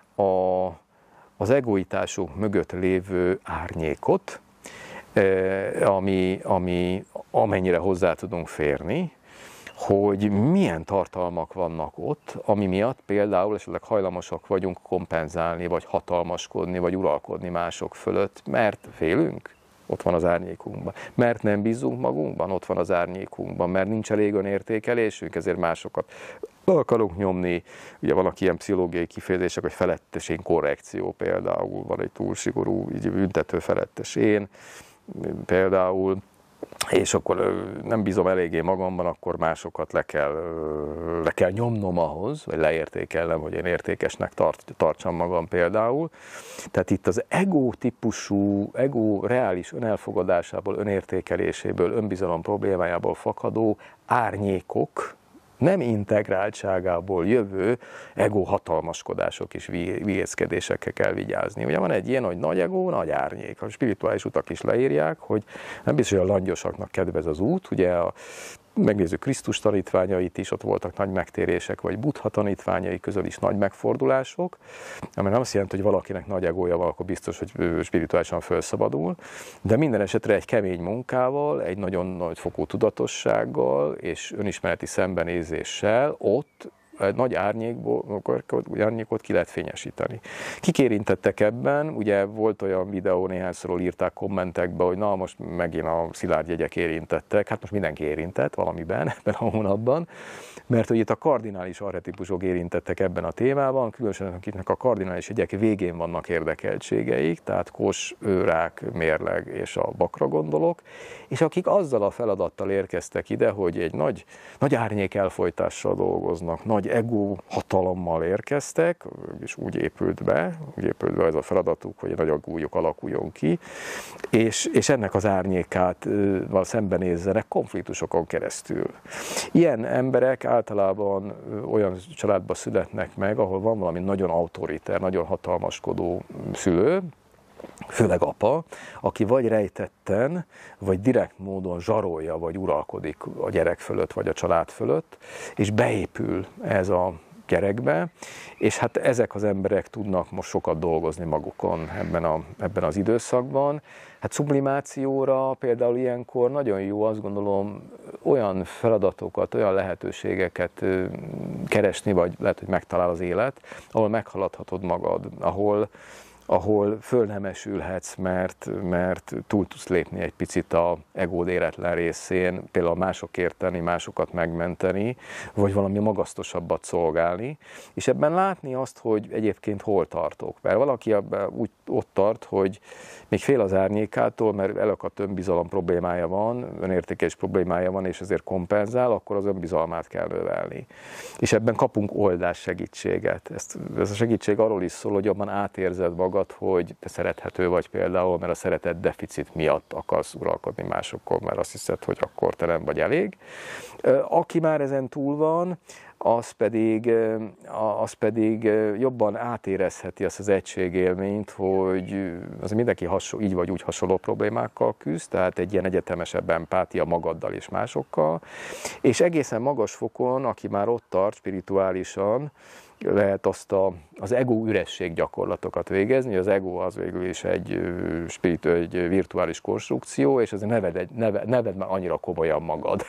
[SPEAKER 1] az egoitásunk mögött lévő árnyékot, amennyire hozzá tudunk férni, hogy milyen tartalmak vannak ott, ami miatt például esetleg hajlamosak vagyunk kompenzálni, vagy hatalmaskodni, vagy uralkodni mások fölött, mert félünk, ott van az árnyékunkban. Mert nem bízunk magunkban, ott van az árnyékunkban. Mert nincs elég önértékelésünk, ezért másokat akarunk nyomni. Ugye vannak ilyen pszichológiai kifejezések, hogy felettes én korrekció például, van egy túl szigorú büntető felettes én például, és akkor nem bízom eléggé magamban, akkor másokat le kell nyomnom ahhoz, vagy leértékelnem, hogy én értékesnek tartsam magam például. Tehát itt az ego típusú, ego reális önelfogadásából, önértékeléséből, önbizalom problémájából fakadó árnyékok, nem integráltságából jövő ego hatalmaskodások és viézkedésekkel kell vigyázni. Ugye van egy ilyen, hogy nagy ego, nagy árnyék. A spirituális utak is leírják, hogy nem biztos, hogy a langyosaknak kedvez az út. Ugye megnézzük Krisztus tanítványait is, ott voltak nagy megtérések, vagy Buddha tanítványai közül is nagy megfordulások, ami nem azt jelenti, hogy valakinek nagy egója van, akkor biztos, hogy spirituálisan felszabadul, de minden esetre egy kemény munkával, egy nagyon nagy fokú tudatossággal és önismereti szembenézéssel ott egy nagy árnyékot ki lehet fényesíteni. Kik érintettek ebben? Ugye volt olyan videó, néhányszor írták kommentekbe, hogy na most megint a szilárd jegyek érintettek. Hát most mindenki érintett valamiben ebben a hónapban, mert hogy itt a kardinális archetípusok érintettek ebben a témában, különösen akiknek a kardinális jegyek végén vannak érdekeltségeik, tehát kos, rák, mérleg és a bakra gondolok, és akik azzal a feladattal érkeztek ide, hogy egy nagy árnyék elfojtással dolgoznak, nagy ego hatalommal érkeztek, és úgy épült be ez a feladatuk, hogy egy nagy agúlyok alakuljon ki, és ennek az árnyékát szembenézzenek konfliktusokon keresztül. Ilyen emberek általában olyan családba születnek meg, ahol van valami nagyon autoriter, nagyon hatalmaskodó szülő, főleg apa, aki vagy rejtetten, vagy direkt módon zsarolja, vagy uralkodik a gyerek fölött, vagy a család fölött, és beépül ez a gyerekbe, és hát ezek az emberek tudnak most sokat dolgozni magukon ebben az időszakban. Hát sublimációra például ilyenkor nagyon jó, azt gondolom, olyan feladatokat, olyan lehetőségeket keresni, vagy lehet, hogy megtalál az élet, ahol meghaladhatod magad, ahol fölnemesülhetsz, mert túl tudsz lépni egy picit a egód éretlen részén, például másokért tenni, másokat megmenteni, vagy valami magasztosabbat szolgálni, és ebben látni azt, hogy egyébként hol tartok. Mert valaki úgy ott tart, hogy még fél az árnyékától, mert elakadt önbizalom problémája van, önértékelés problémája van, és ezért kompenzál, akkor az önbizalmát kell növelni. És ebben kapunk oldás segítséget. Ez a segítség arról is szól, hogy jobban átérzed magad, hogy te szerethető vagy például, mert a szeretet deficit miatt akarsz uralkodni másokkal, mert azt hiszed, hogy akkor te nem vagy elég. Aki már ezen túl van, az pedig jobban átérezheti azt az egységélményt, hogy az mindenki így vagy úgy hasonló problémákkal küzd, tehát egy ilyen egyetemesebb empátia magaddal és másokkal, és egészen magas fokon, aki már ott tart spirituálisan, lehet az ego üresség gyakorlatokat végezni. Az ego az végül is egy virtuális konstrukció, és azért neved már annyira komolyan magad.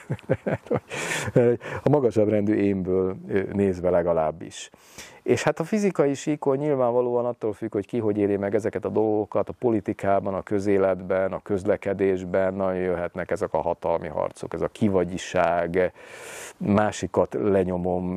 [SPEAKER 1] A magasabb rendű énből nézve legalábbis. És hát a fizikai síkon nyilvánvalóan attól függ, hogy ki hogy éri meg ezeket a dolgokat, a politikában, a közéletben, a közlekedésben, nagyon jöhetnek ezek a hatalmi harcok, ez a kivagyiság, másikat lenyomom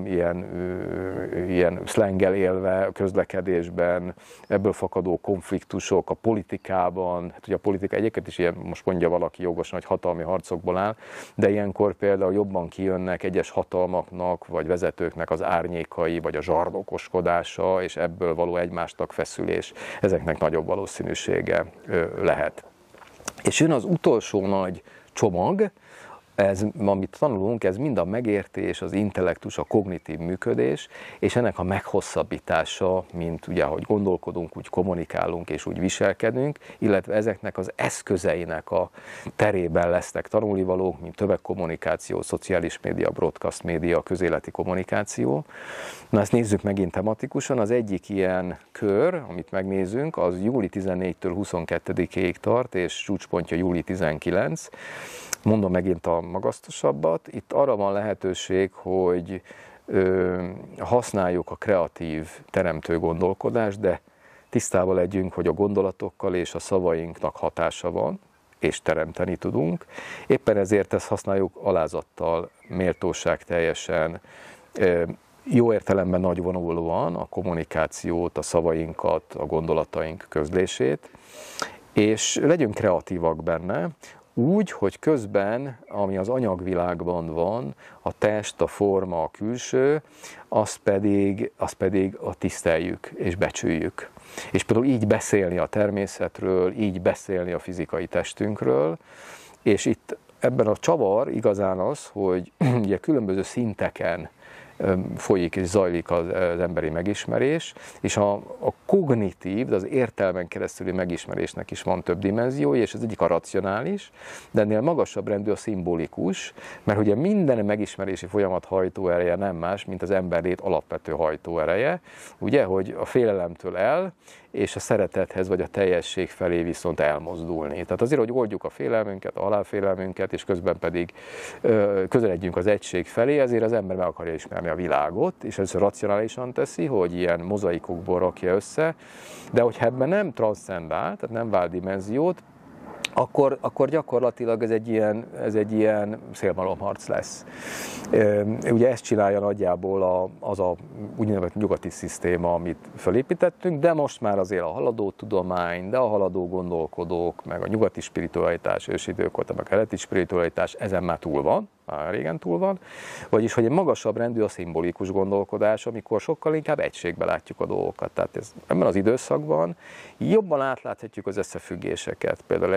[SPEAKER 1] ilyen szlenggel élve a közlekedésben, ebből fakadó konfliktusok a politikában, hát ugye a politika egyébként is ilyen, most mondja valaki jogosan, hogy hatalmi harcokból áll, de ilyenkor például jobban kijönnek egyes hatalmaknak, vagy vezetőknek az árnyékai, vagy a zsarnokoskodása, és ebből való egymásnak feszülés, ezeknek nagyobb valószínűsége lehet. És jön az utolsó nagy csomag, ez, amit tanulunk, ez mind a megértés, az intellektus, a kognitív működés, és ennek a meghosszabbítása, mint ugye, ahogy gondolkodunk, úgy kommunikálunk és úgy viselkedünk, illetve ezeknek az eszközeinek a terében lesznek tanulnivalók, mint tömegkommunikáció, szociális média, broadcast média, közéleti kommunikáció. Na ezt nézzük megint tematikusan. Az egyik ilyen kör, amit megnézünk, az júli 14-től 22-ig tart, és csúcspontja júli 19. Mondom megint a magasztosabbat. Itt arra van lehetőség, hogy használjuk a kreatív, teremtő gondolkodást, de tisztában legyünk, hogy a gondolatokkal és a szavainknak hatása van, és teremteni tudunk. Éppen ezért ezt használjuk alázattal, méltóságteljesen, jó értelemben nagyvonulóan a kommunikációt, a szavainkat, a gondolataink közlését, és legyünk kreatívak benne, úgy, hogy közben, ami az anyagvilágban van, a test, a forma, a külső, azt pedig tiszteljük és becsüljük. És például így beszélni a természetről, így beszélni a fizikai testünkről, és itt ebben a csavar igazán az, hogy ugye különböző szinteken folyik és zajlik az emberi megismerés, és a kognitív, de az értelmen keresztüli megismerésnek is van több dimenziója, és az egyik a racionális, de ennél magasabb rendű a szimbolikus, mert ugye minden megismerési folyamat hajtóereje nem más, mint az emberlét alapvető hajtóereje, ugye, hogy a félelemtől el, és a szeretethez vagy a teljesség felé viszont elmozdulni. Tehát azért, hogy oldjuk a félelmünket, a halálfélelmünket, és közben pedig közeledjünk az egység felé, ezért az ember meg akarja ismerni a világot, és ez racionálisan teszi, hogy ilyen mozaikokból rakja össze, de hogyha ebben nem transzcendál, tehát nem vált dimenziót, akkor gyakorlatilag ez egy ilyen szélmalomharc lesz. Ugye ezt csinálja nagyjából az a úgynevezett nyugati szisztéma, amit felépítettünk, de most már azért a haladó tudomány, de a haladó gondolkodók, meg a nyugati spiritualitás, ősidők óta, meg a keleti spiritualitás, ezen már túl van, már régen túl van, vagyis, hogy egy magasabb rendű a szimbolikus gondolkodás, amikor sokkal inkább egységbe látjuk a dolgokat. Tehát ebben az időszakban jobban átláthatjuk az összefüggéseket. Például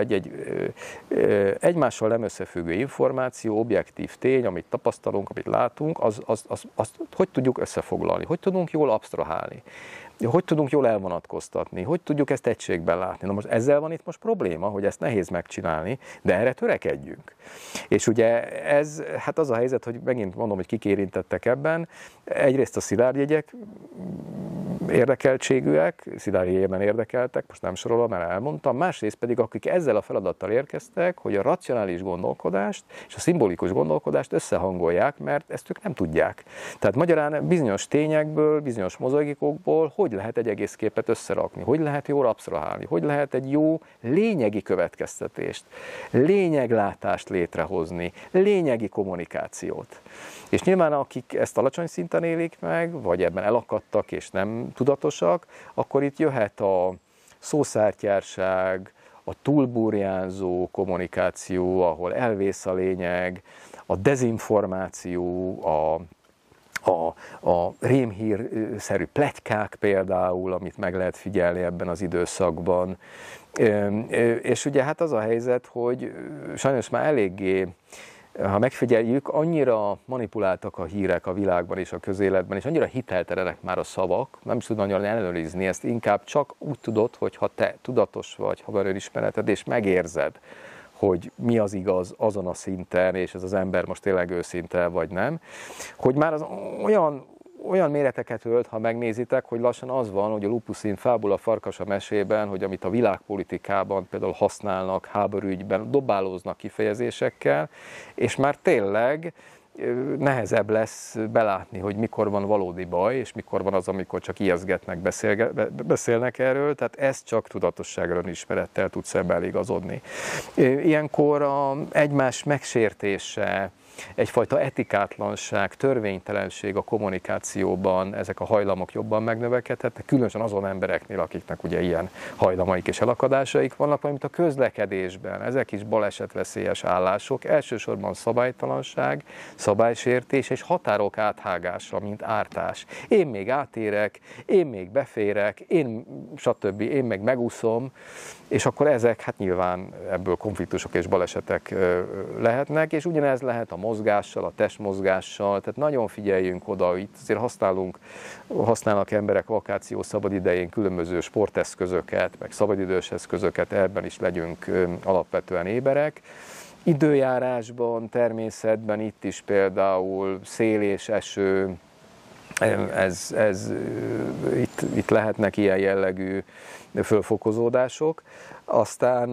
[SPEAKER 1] egymással nem összefüggő információ, objektív tény, amit tapasztalunk, amit látunk, azt hogy tudjuk összefoglalni, hogy tudunk jól absztrahálni. hogy tudunk jól elvonatkoztatni, hogy tudjuk ezt egységben látni. Na most ezzel van itt most probléma, hogy ezt nehéz megcsinálni, de erre törekedjünk. És ugye ez, hát az a helyzet, hogy megint mondom, hogy kik érintettek ebben, egyrészt a szilárdjegyek érdekeltségűek, szilárdjegyben érdekeltek, most nem sorolom, mert elmondtam, másrészt pedig akik ezzel a feladattal érkeztek, hogy a racionális gondolkodást és a szimbolikus gondolkodást összehangolják, mert ezt ők nem tudják. Tehát magyarán bizonyos tényekből, bizonyos mozaikokból hogy lehet egy egész képet összerakni, hogy lehet jól absztrahálni, hogy lehet egy jó lényegi következtetést, lényeglátást létrehozni, lényegi kommunikációt. És nyilván akik ezt alacsony szinten élik meg, vagy ebben elakadtak és nem tudatosak, akkor itt jöhet a szószártyárság, a túlburjánzó kommunikáció, ahol elvész a lényeg, a dezinformáció, a rémhírszerű pletykák például, amit meg lehet figyelni ebben az időszakban. És ugye hát az a helyzet, hogy sajnos már eléggé, ha megfigyeljük, annyira manipuláltak a hírek a világban és a közéletben, és annyira hiteltelenek már a szavak, nem is tudod nagyon ellenőrizni, ezt inkább csak úgy tudod, hogyha te tudatos vagy, ha van önismereted, és megérzed, hogy mi az igaz azon a szinten, és ez az ember most tényleg őszinte vagy nem, hogy már az olyan méreteket ölt, ha megnézitek, hogy lassan az van, hogy a lupus in fabula farkas a mesében, hogy amit a világpolitikában például használnak, háborúügyben, dobálóznak kifejezésekkel, és már tényleg nehezebb lesz belátni, hogy mikor van valódi baj, és mikor van az, amikor csak ijeszgetnek, beszélnek erről, tehát ezt csak tudatosságra, ismerettel tud szembe eligazodni. Ilyenkor egymás megsértése, egyfajta etikátlanság, törvénytelenség a kommunikációban, ezek a hajlamok jobban megnövekedhetnek, különösen azon embereknél, akiknek ugye ilyen hajlamaik és elakadásaik vannak, valamint a közlekedésben, ezek is balesetveszélyes állások, elsősorban szabálytalanság, szabálysértés és határok áthágása, mint ártás. Én még átérek, én még beférek, én stb. Én meg megúszom, és akkor ezek, hát nyilván ebből konfliktusok és balesetek lehetnek, és ugyanez lehet a mozgással, a testmozgással, tehát nagyon figyeljünk oda, itt azért használnak emberek vakáció szabadidején különböző sporteszközöket, meg szabadidős eszközöket, ebben is legyünk alapvetően éberek. Időjárásban, természetben itt is például szél és eső, itt lehetnek ilyen jellegű fölfokozódások. Aztán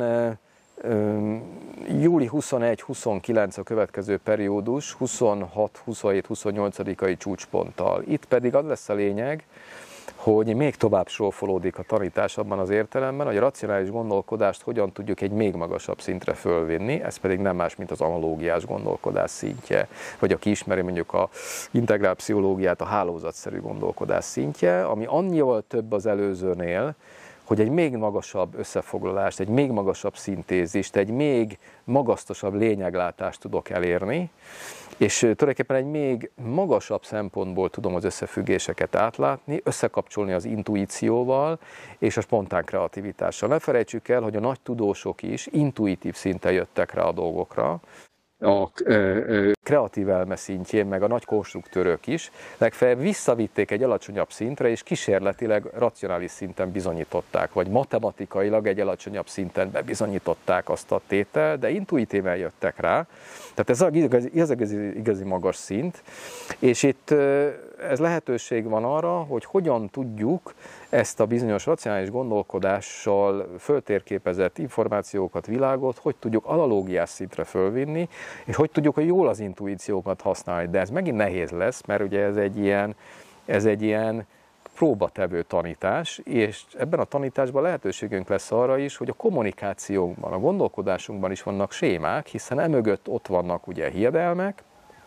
[SPEAKER 1] júli 21-29 a következő periódus, 26-27-28-ai csúcsponttal. Itt pedig az lesz a lényeg, hogy még tovább srófolódik a tanítás abban az értelemben, hogy a racionális gondolkodást hogyan tudjuk egy még magasabb szintre fölvinni, ez pedig nem más, mint az analógiás gondolkodás szintje, vagy aki ismeri mondjuk a integrált pszichológiát, a hálózatszerű gondolkodás szintje, ami annyival több az előzőnél, hogy egy még magasabb összefoglalást, egy még magasabb szintézist, egy még magasztosabb lényeglátást tudok elérni, és tulajdonképpen egy még magasabb szempontból tudom az összefüggéseket átlátni, összekapcsolni az intuícióval és a spontán kreativitással. Ne felejtsük el, hogy a nagy tudósok is intuitív szinten jöttek rá a dolgokra, a kreatív elme szintjén, meg a nagy konstruktőrök is, legfeljebb visszavitték egy alacsonyabb szintre, és kísérletileg racionális szinten bizonyították, vagy matematikailag egy alacsonyabb szinten bebizonyították azt a tételt, de intuitíven jöttek rá. Tehát ez az igazi magas szint, és itt ez lehetőség van arra, hogy hogyan tudjuk ezt a bizonyos racionális gondolkodással föltérképezett információkat, világot, hogy tudjuk analógiás szintre fölvinni, és hogy tudjuk jól az intuíciókat használni. De ez megint nehéz lesz, mert ugye ez egy ilyen próbatevő tanítás, és ebben a tanításban lehetőségünk lesz arra is, hogy a kommunikációnkban, a gondolkodásunkban is vannak sémák, hiszen emögött ott vannak ugye hiedelmek,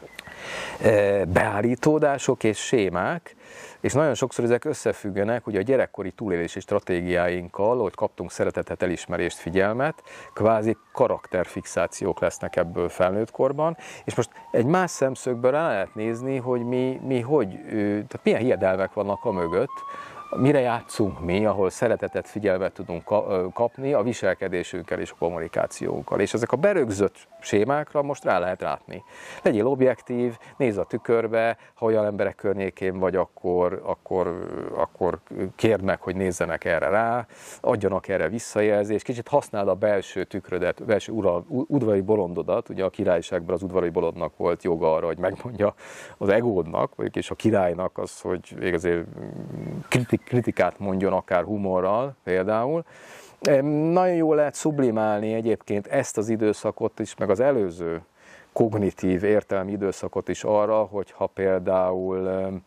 [SPEAKER 1] beállítódások és sémák, és nagyon sokszor ezek összefüggenek ugye a gyerekkori túlélési stratégiáinkkal, hogy kaptunk szeretetet, elismerést, figyelmet, kvázi karakterfixációk lesznek ebből felnőtt korban, és most egy más szemszögből rá lehet nézni, hogy tehát milyen hiedelmek vannak a mögött, mire játszunk mi, ahol szeretetet, figyelmet tudunk kapni a viselkedésünkkel és a kommunikációnkkal. És ezek a berögzött sémákra most rá lehet látni. Legyél objektív, nézz a tükörbe, ha olyan emberek környékén vagy, akkor kérd meg, hogy nézzenek erre rá, adjanak erre visszajelzést, kicsit használd a belső tükrödet, belső udvari bolondodat, ugye a királyságban az udvari bolondnak volt joga arra, hogy megmondja az egódnak, és a királynak az, hogy azért kritikát mondjon akár humorral például. Nagyon jól lehet sublimálni egyébként ezt az időszakot is, meg az előző kognitív értelmi időszakot is arra, hogyha például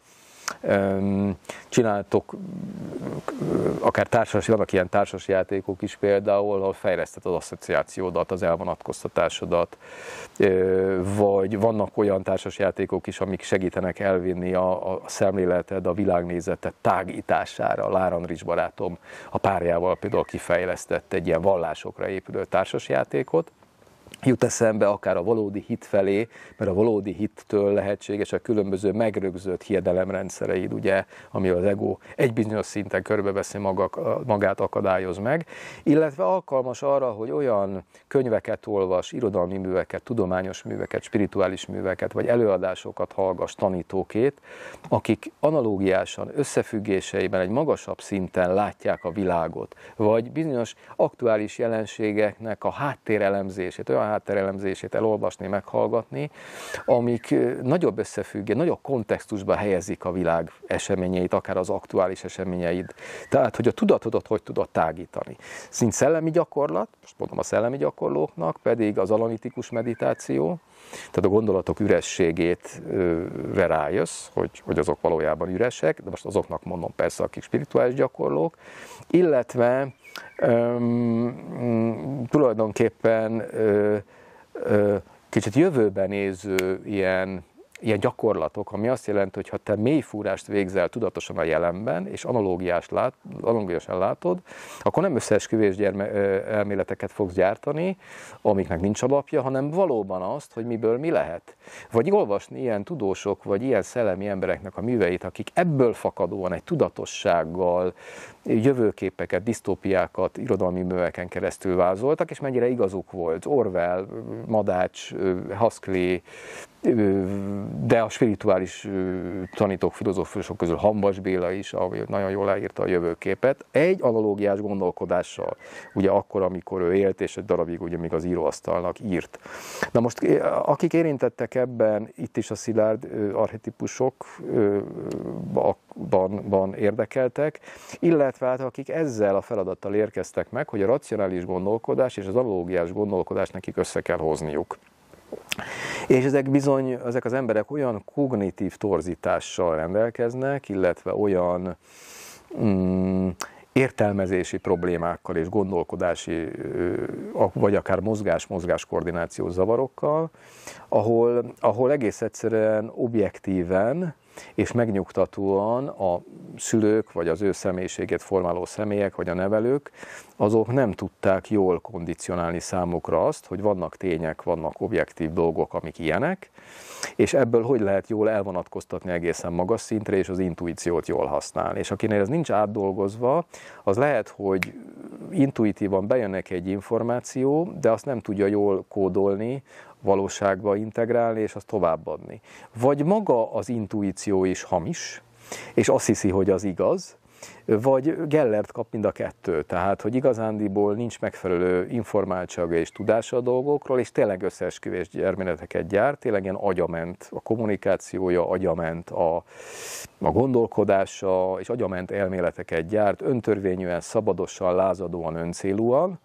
[SPEAKER 1] csináltok akár vannak ilyen társas játékok is például, ahol fejleszted az asszociációdat, az elvonatkoztatásodat, vagy vannak olyan társas játékok is, amik segítenek elvinni a szemléleted, a világnézeted tágítására. Lár Andris barátom a párjával például kifejlesztett egy ilyen vallásokra épülő társas játékot. Jut eszembe akár a valódi hit felé, mert a valódi hittől lehetséges a különböző megrögzött hiedelemrendszereid, ugye, ami az ego egy bizonyos szinten körbeveszi magát, akadályoz meg, illetve alkalmas arra, hogy olyan könyveket olvas, irodalmi műveket, tudományos műveket, spirituális műveket, vagy előadásokat hallgass tanítókét, akik analógiásan, összefüggéseiben egy magasabb szinten látják a világot, vagy bizonyos aktuális jelenségeknek a háttérelemzését, olyan háttérelemzését elolvasni, meghallgatni, amik nagyobb nagyobb kontextusba helyezik a világ eseményeit, akár az aktuális eseményeid. Tehát, hogy a tudatodat hogy tudod tágítani. Szint szellemi gyakorlat, most mondom a szellemi gyakorlóknak, pedig az analitikus meditáció, tehát a gondolatok ürességére rájössz, hogy azok valójában üresek, de most azoknak mondom persze, akik spirituális gyakorlók, illetve tulajdonképpen kicsit jövőben néző ilyen gyakorlatok, ami azt jelenti, hogy ha te mélyfúrást végzel tudatosan a jelenben, és analógiásan látod, akkor nem összeesküvés elméleteket fogsz gyártani, amiknek nincs alapja, hanem valóban azt, hogy miből mi lehet. Vagy olvasni ilyen tudósok, vagy ilyen szellemi embereknek a műveit, akik ebből fakadóan egy tudatossággal jövőképeket, disztópiákat irodalmi műveken keresztül vázoltak, és mennyire igazuk volt. Orwell, Madács, Huxley, de a spirituális tanítók, filozófusok közül Hambas Béla is, ahogy nagyon jól leírta a jövőképet, egy analógiás gondolkodással, ugye akkor, amikor ő élt, és egy darabig ugye még az íróasztalnak írt. Na most, akik érintettek ebben, itt is a szilárd archetipusokban érdekeltek, illetve hát akik ezzel a feladattal érkeztek meg, hogy a racionális gondolkodás és az analógiás gondolkodás nekik össze kell hozniuk. És ezek az emberek olyan kognitív torzítással rendelkeznek, zavarokkal, olyan értelmezési problémákkal és gondolkodási, vagy akár mozgás koordinációs zavarokkal, ahol egész egyszerűen objektíven és megnyugtatóan a szülők, vagy az ő személyiségét formáló személyek, vagy a nevelők, azok nem tudták jól kondicionálni számukra azt, hogy vannak tények, vannak objektív dolgok, amik ilyenek, és ebből hogy lehet jól elvonatkoztatni egészen magas szintre, és az intuíciót jól használni. És akinél ez nincs átdolgozva, az lehet, hogy intuitívan bejön neki egy információ, de azt nem tudja jól kódolni, valóságba integrálni, és azt továbbadni. Vagy maga az intuíció is hamis, és azt hiszi, hogy az igaz, vagy Gellert kap mind a kettő, tehát, hogy igazándiból nincs megfelelő informáltsága és tudása a dolgokról, és tényleg összeesküvés elméleteket gyárt, tényleg ilyen agyament a kommunikációja, agyament a gondolkodása, és agyament elméleteket gyárt, öntörvényűen, szabadosan, lázadóan, öncélúan.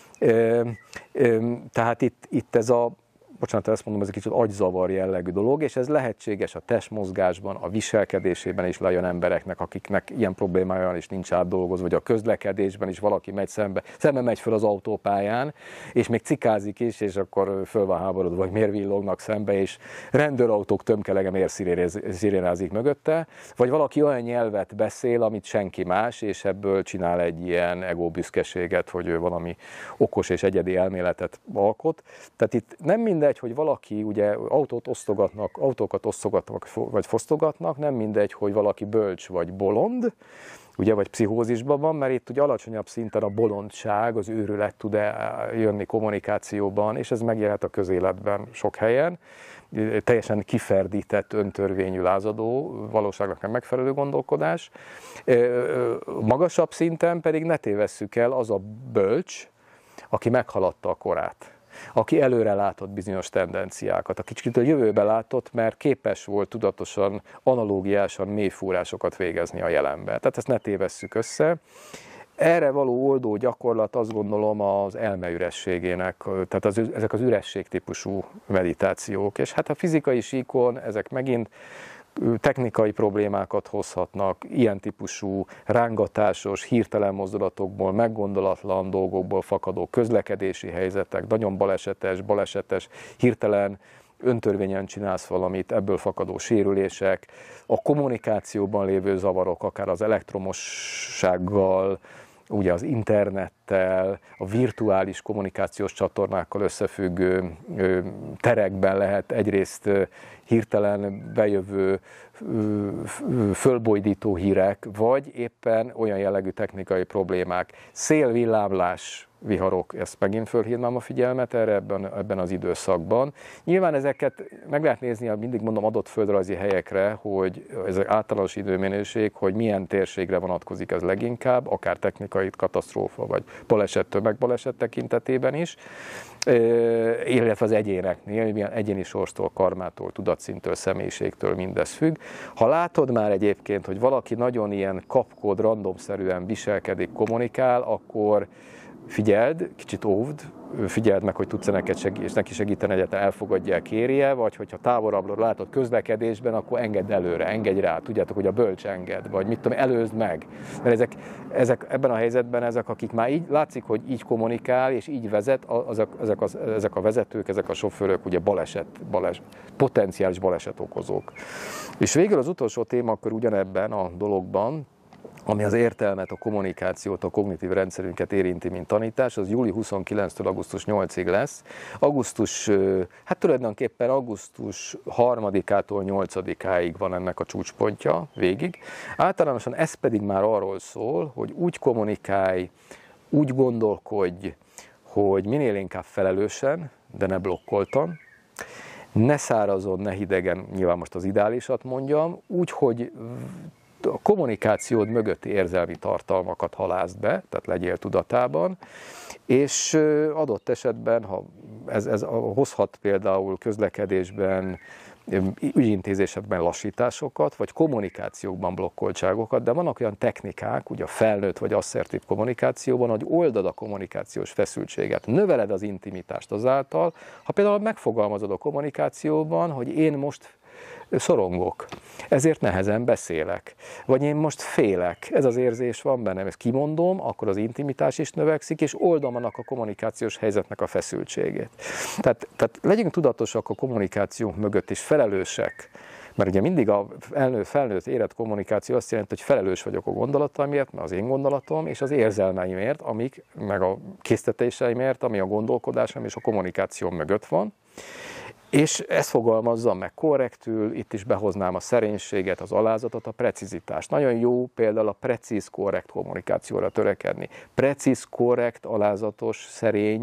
[SPEAKER 1] Tehát itt ez bocsánat, ezt mondom, ez egy kicsit agyzavar jellegű dolog, és ez lehetséges a testmozgásban, a viselkedésében is lejön embereknek, akiknek ilyen problémája is nincs átdolgozva, vagy a közlekedésben is valaki megy szembe megy föl az autópályán, és még cikázik is, és akkor föl van háborodva, vagy miért villognak szembe, és rendőrautók tömkelege miért szirénázik mögötte, vagy valaki olyan nyelvet beszél, amit senki más, és ebből csinál egy ilyen egóbüszkeséget, hogy ő valami okos és egyedi elméletet alkot. Tehát itt nem mindegy, hogy valaki ugye autókat osztogatnak vagy fosztogatnak, nem mindegy, hogy valaki bölcs vagy bolond,
[SPEAKER 2] ugye, vagy pszichózisban van, mert itt ugye alacsonyabb szinten a bolondság, az őrület tud jönni kommunikációban, és ez megjelenhet a közéletben sok helyen. Teljesen kiferdített, öntörvényű lázadó, valóságnak nem megfelelő gondolkodás. Magasabb szinten pedig ne tévesszük el, az a bölcs, aki meghaladta a korát, aki előre látott bizonyos tendenciákat, aki kicsit a jövőbe látott, mert képes volt tudatosan, analógiásan mélyfúrásokat végezni a jelenbe. Tehát ezt ne tévesszük össze. Erre való oldó gyakorlat azt gondolom az elmeürességének, tehát ezek az üresség típusú meditációk. És hát a fizikai síkon ezek megint technikai problémákat hozhatnak, ilyen típusú rángatásos, hirtelen mozdulatokból, meggondolatlan dolgokból fakadó közlekedési helyzetek, nagyon balesetes, hirtelen öntörvényen csinálsz valamit, ebből fakadó sérülések, a kommunikációban lévő zavarok, akár az elektromossággal, ugye az internettel, a virtuális kommunikációs csatornákkal összefüggő terekben lehet egyrészt hirtelen bejövő fölbojdító hírek, vagy éppen olyan jellegű technikai problémák, szélvillámlás, viharok, ezt megint fölhívnám a figyelmet erre ebben az időszakban. Nyilván ezeket meg lehet nézni, mindig mondom, adott földrajzi helyekre, hogy ez egy általános időminőség, hogy milyen térségre vonatkozik ez leginkább, akár technikai katasztrófa, vagy baleset, tömegbaleset tekintetében is, illetve az egyéneknél, milyen egyéni sorstól, karmától, tudatszintől, személyiségtől mindez függ. Ha látod már egyébként, hogy valaki nagyon ilyen kapkod, randomszerűen viselkedik, kommunikál, akkor figyeld, kicsit óvd, figyeld meg, hogy tudsz-e neki segíteni, egyáltalán elfogadja, kérje, vagy hogyha távolabbról látod közlekedésben, akkor engedd előre, engedj rá, tudjátok, hogy a bölcs enged, vagy mit tudom, előzd meg. Mert ezek ebben a helyzetben akik már így látszik, hogy így kommunikál, és így vezet, ezek a vezetők, ezek a sofőrök ugye potenciális baleset okozók. És végül az utolsó témakör ugyanebben a dologban, ami az értelmet, a kommunikációt, a kognitív rendszerünket érinti, mint tanítás, az júli 29-től augusztus 8-ig lesz. Tulajdonképpen augusztus 3-ától 8-áig van ennek a csúcspontja végig. Általánosan ez pedig már arról szól, hogy úgy kommunikálj, úgy gondolkodj, hogy minél inkább felelősen, de ne blokkoltan, ne szárazon, ne hidegen, nyilván most az ideálisat mondjam, úgy, hogy a kommunikációd mögötti érzelmi tartalmakat halázd be, tehát legyél tudatában, és adott esetben, ha ez hozhat például közlekedésben, ügyintézésekben lassításokat, vagy kommunikációkban blokkoltságokat, de vannak olyan technikák, ugye a felnőtt vagy asszertív kommunikációban, hogy oldad a kommunikációs feszültséget, növeled az intimitást azáltal, ha például megfogalmazod a kommunikációban, hogy én most szorongok, ezért nehezen beszélek, vagy én most félek, ez az érzés van bennem, ezt kimondom, akkor az intimitás is növekszik, és oldom annak a kommunikációs helyzetnek a feszültségét. Tehát legyünk tudatosak a kommunikációnk mögött, és felelősek, mert ugye mindig a felnőtt érett kommunikáció azt jelenti, hogy felelős vagyok a gondolataimért, mert az én gondolatom, és az érzelmeimért, meg a késztetéseimért, ami a gondolkodásom és a kommunikáció mögött van. És ezt fogalmazzam meg korrektül, itt is behoznám a szerénységet, az alázatot, a precizitást. Nagyon jó például a precíz, korrekt kommunikációra törekedni. Precíz, korrekt, alázatos, szerény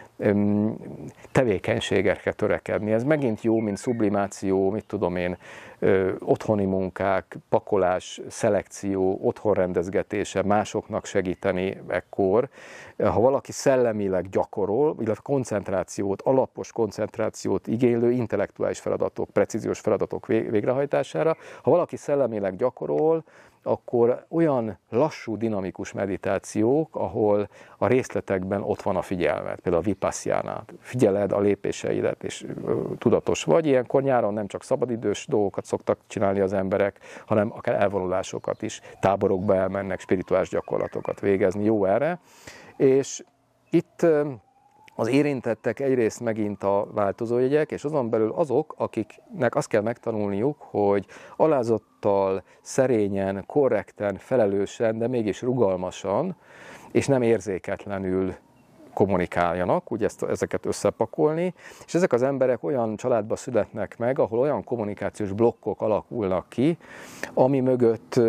[SPEAKER 2] tevékenységekre törekedni. Ez megint jó, mint sublimáció, mit tudom én, otthoni munkák, pakolás, szelekció, otthonrendezgetése, másoknak segíteni ekkor. Ha valaki szellemileg gyakorol, illetve koncentrációt, alapos koncentrációt igénylő intellektuális feladatok, precíziós feladatok végrehajtására, ha valaki szellemileg gyakorol, akkor olyan lassú, dinamikus meditációk, ahol a részletekben ott van a figyelmet, például a vipassana, figyeled a lépéseidet, és tudatos vagy. Ilyenkor nyáron nem csak szabadidős dolgokat szoktak csinálni az emberek, hanem akár elvonulásokat is, táborokba elmennek, spirituális gyakorlatokat végezni, jó erre. És itt az érintettek egyrészt megint a változójegyek, és azon belül azok, akiknek azt kell megtanulniuk, hogy alázattal, szerényen, korrekten, felelősen, de mégis rugalmasan, és nem érzéketlenül kommunikáljanak, úgy ezeket összepakolni, és ezek az emberek olyan családba születnek meg, ahol olyan kommunikációs blokkok alakulnak ki, ami mögött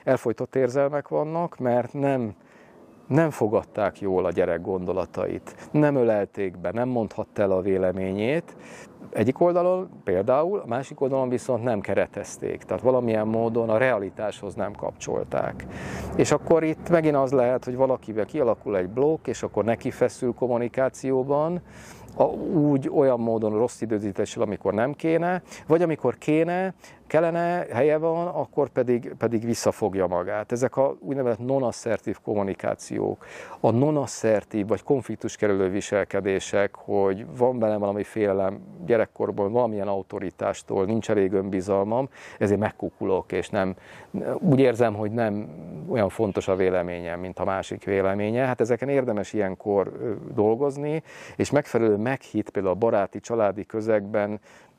[SPEAKER 2] elfojtott érzelmek vannak, mert nem fogadták jól a gyerek gondolatait, nem ölelték be, nem mondhatta el a véleményét. Egyik oldalon például, a másik oldalon viszont nem keretezték, tehát valamilyen módon a realitáshoz nem kapcsolták. És akkor itt megint az lehet, hogy valakivel kialakul egy blokk, és akkor neki feszül kommunikációban, úgy olyan módon rossz időzítéssel, amikor nem kéne, vagy amikor kellene, helye van, akkor pedig visszafogja magát. Ezek a úgynevezett non-asszertív kommunikációk, a non-asszertív vagy konfliktuskerülő viselkedések, hogy van velem valami félelem gyerekkorból, valamilyen autoritástól, nincs elég önbizalmam, ezért megkukulok, és úgy érzem, hogy nem olyan fontos a véleményem, mint a másik véleménye. Hát ezeken érdemes ilyenkor dolgozni, és megfelelő meghit, például a baráti, családi közegben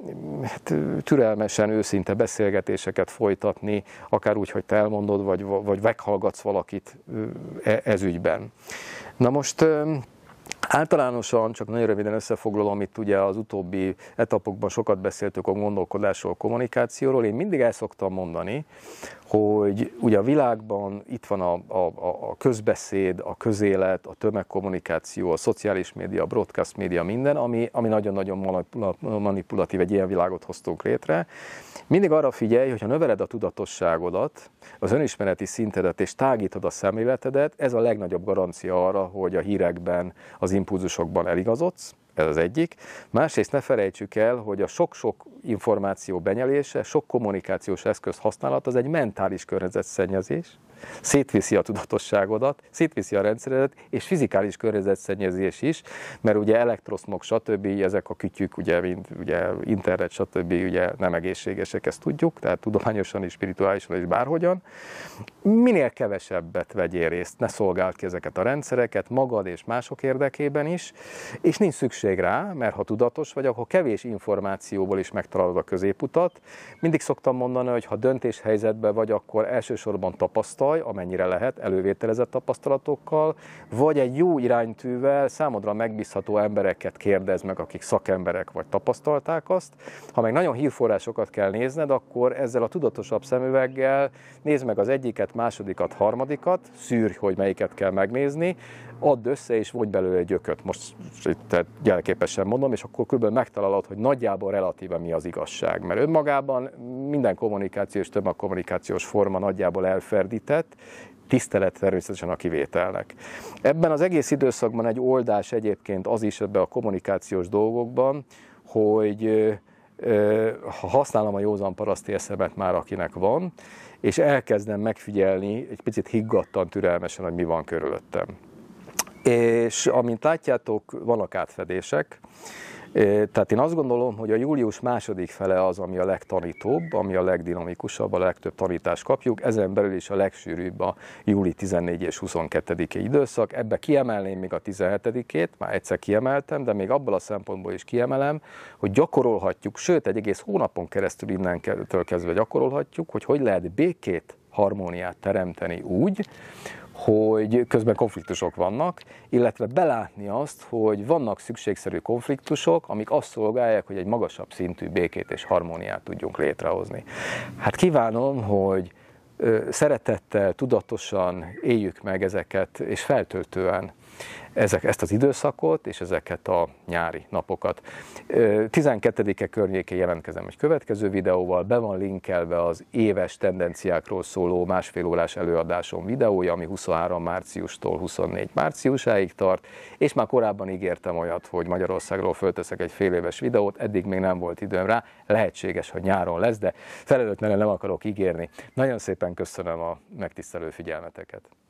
[SPEAKER 2] türelmesen, őszinte beszélgetéseket folytatni, akár úgy, hogy te elmondod, vagy meghallgatsz valakit ez ügyben. Na most általánosan, csak nagyon röviden összefoglalom, itt ugye az utóbbi etapokban sokat beszéltük a gondolkodásról, a kommunikációról. Én mindig el szoktam mondani, hogy ugye a világban itt van a közbeszéd, a közélet, a tömegkommunikáció, a szociális média, a broadcast média, minden, ami nagyon-nagyon manipulatív, egy ilyen világot hoztunk létre. Mindig arra figyelj, hogyha növeled a tudatosságodat, az önismereti szintedet és tágítod a szemléletedet, ez a legnagyobb garancia arra, hogy a hírekben, az impulzusokban eligazodsz. Ez az egyik. Másrészt ne felejtsük el, hogy a sok-sok információ benyelése, sok kommunikációs eszköz használat az egy mentális környezetszennyezés, szétviszi a tudatosságodat, szétviszi a rendszeredet, és fizikális környezetszennyezés is, mert ugye elektroszmog, stb. Ezek a kütyük, ugye internet, stb. Ugye nem egészségesek, ezt tudjuk, tehát tudományosan és spirituálisan és bárhogyan. Minél kevesebbet vegyél részt, ne szolgáld ki ezeket a rendszereket, magad és mások érdekében is, és nincs szükség rá, mert ha tudatos vagy, akkor kevés információból is megtalálod a középutat. Mindig szoktam mondani, hogy ha döntéshelyzetben vagy, akkor elsősorban tapasztalj, amennyire lehet, elővételezett tapasztalatokkal, vagy egy jó iránytűvel számodra megbízható embereket kérdezd meg, akik szakemberek vagy tapasztalták azt. Ha meg nagyon hírforrásokat kell nézned, akkor ezzel a tudatosabb szemüveggel nézd meg az egyiket, másodikat, harmadikat, szűrj, hogy melyiket kell megnézni, add össze és vonj belőle egy gyököt. Most itt jelképesen mondom, és akkor kb. Megtalálod, hogy nagyjából relatíve mi az igazság. Mert önmagában minden kommunikációs, tömegkommunikációs forma nagyjából elferdített, tisztelet természetesen a kivételnek. Ebben az egész időszakban egy oldás egyébként az is ebben a kommunikációs dolgokban, hogy ha használom a józan paraszti eszemet már, akinek van, és elkezdem megfigyelni egy picit higgadtan, türelmesen, hogy mi van körülöttem. És amint látjátok, vannak átfedések. Tehát én azt gondolom, hogy a július második fele az, ami a legtanítóbb, ami a legdinamikusabb, a legtöbb tanítást kapjuk, ezen belül is a legsűrűbb a júli 14 és 22-i időszak. Ebbe kiemelném még a 17-ét, már egyszer kiemeltem, de még abból a szempontból is kiemelem, hogy gyakorolhatjuk, sőt egy egész hónapon keresztül innentől kezdve gyakorolhatjuk, hogy lehet békét, harmóniát teremteni úgy, hogy közben konfliktusok vannak, illetve belátni azt, hogy vannak szükségszerű konfliktusok, amik azt szolgálják, hogy egy magasabb szintű békét és harmóniát tudjunk létrehozni. Hát kívánom, hogy szeretettel, tudatosan éljük meg ezeket, és feltöltően ezt az időszakot és ezeket a nyári napokat. 12-e környékén jelentkezem egy következő videóval, be van linkelve az éves tendenciákról szóló másfél órás előadásom videója, ami 23 márciustól 24 márciusáig tart, és már korábban ígértem olyat, hogy Magyarországról fölteszek egy féléves videót, eddig még nem volt időm rá, lehetséges, hogy nyáron lesz, de felelőtlenül nem akarok ígérni. Nagyon szépen köszönöm a megtisztelő figyelmeteket.